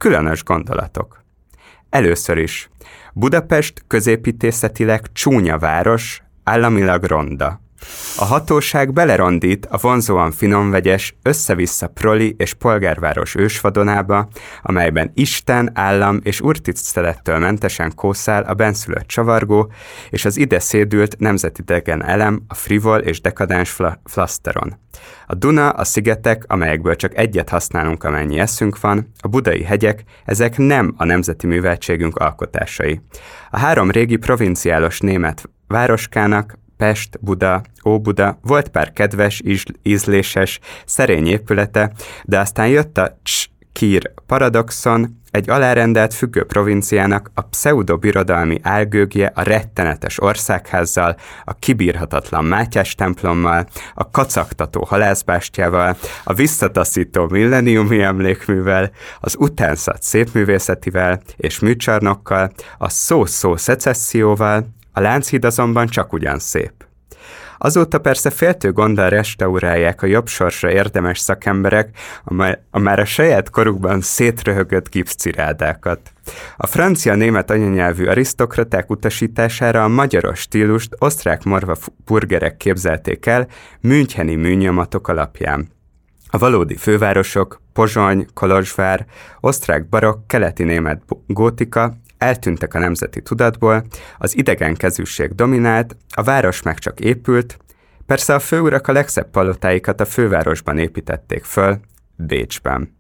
különös gondolatok. Először is, Budapest középítészetileg csúnya város, államilag ronda. A hatóság belerondít a vonzóan finomvegyes, össze-vissza proli és polgárváros ősvadonába, amelyben Isten, állam és úrtisztelettől mentesen kószál a benszülött csavargó, és az ide szédült nemzetidegen elem a frivol és dekadens flaszteron. A Duna, a szigetek, amelyekből csak egyet használunk, amennyi eszünk van, a budai hegyek, ezek nem a nemzeti műveltségünk alkotásai. A 3 régi provinciálos német városkának, Pest, Buda, Óbuda volt pár kedves, ízléses, szerény épülete, de aztán jött a Kír paradoxon, egy alárendelt függő provinciának a pseudo-birodalmi álgőgje a rettenetes országházzal, a kibírhatatlan Mátyás templommal, a kacagtató halászbástyával, a visszataszító milleniumi emlékművel, az utánszat szépművészetivel és műcsarnokkal, a szó-szó szecesszióval, a Lánchíd azonban csak ugyan szép. Azóta persze féltő gonddal restaurálják a jobb sorsra érdemes szakemberek a már a saját korukban szétröhögött gipszcirádákat. A francia-német anyanyelvű arisztokraták utasítására a magyaros stílust osztrák morva burgerek képzelték el müncheni műnyomatok alapján. A valódi fővárosok, Pozsony, Kolozsvár, osztrák barokk, keleti német gótika eltűntek a nemzeti tudatból, az idegen kezűség dominált, a város meg csak épült, persze a főurak a legszebb palotáikat a fővárosban építették föl, Bécsben.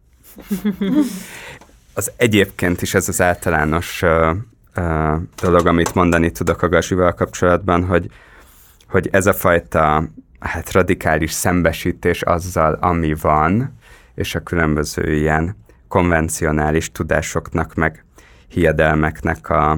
Az egyébként is ez az általános dolog, amit mondani tudok a Gazival kapcsolatban, hogy ez a fajta radikális szembesítés azzal, ami van, és a különböző ilyen konvencionális tudásoknak, meg hiedelmeknek a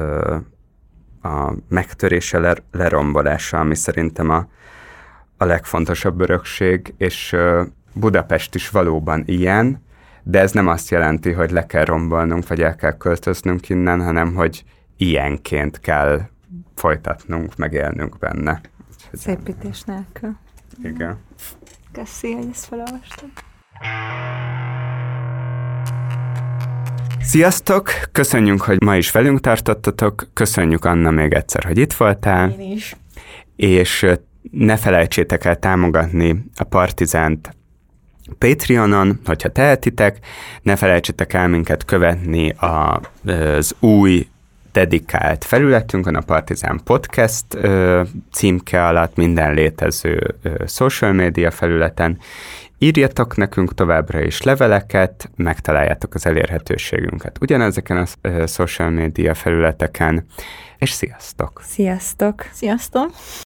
megtörése, lerombolása, ami szerintem a legfontosabb örökség, és Budapest is valóban ilyen, de ez nem azt jelenti, hogy le kell rombolnunk, vagy el kell költöznünk innen, hanem hogy ilyenként kell folytatnunk, megélnünk benne. Szépítés nélkül. Igen. Köszi, hogy ezt felolvastad. Sziasztok! Köszönjük, hogy ma is velünk tartottatok. Köszönjük, Anna, még egyszer, hogy itt voltál. Én is. És ne felejtsétek el támogatni a Partizánt Patreonon, hogyha tehetitek. Ne felejtsétek el minket követni az új dedikált felületünkön, a Partizán Podcast címke alatt, minden létező social media felületen. Írjatok nekünk továbbra is leveleket, megtaláljátok az elérhetőségünket ugyanezeken a social media felületeken, és sziasztok! Sziasztok! Sziasztok!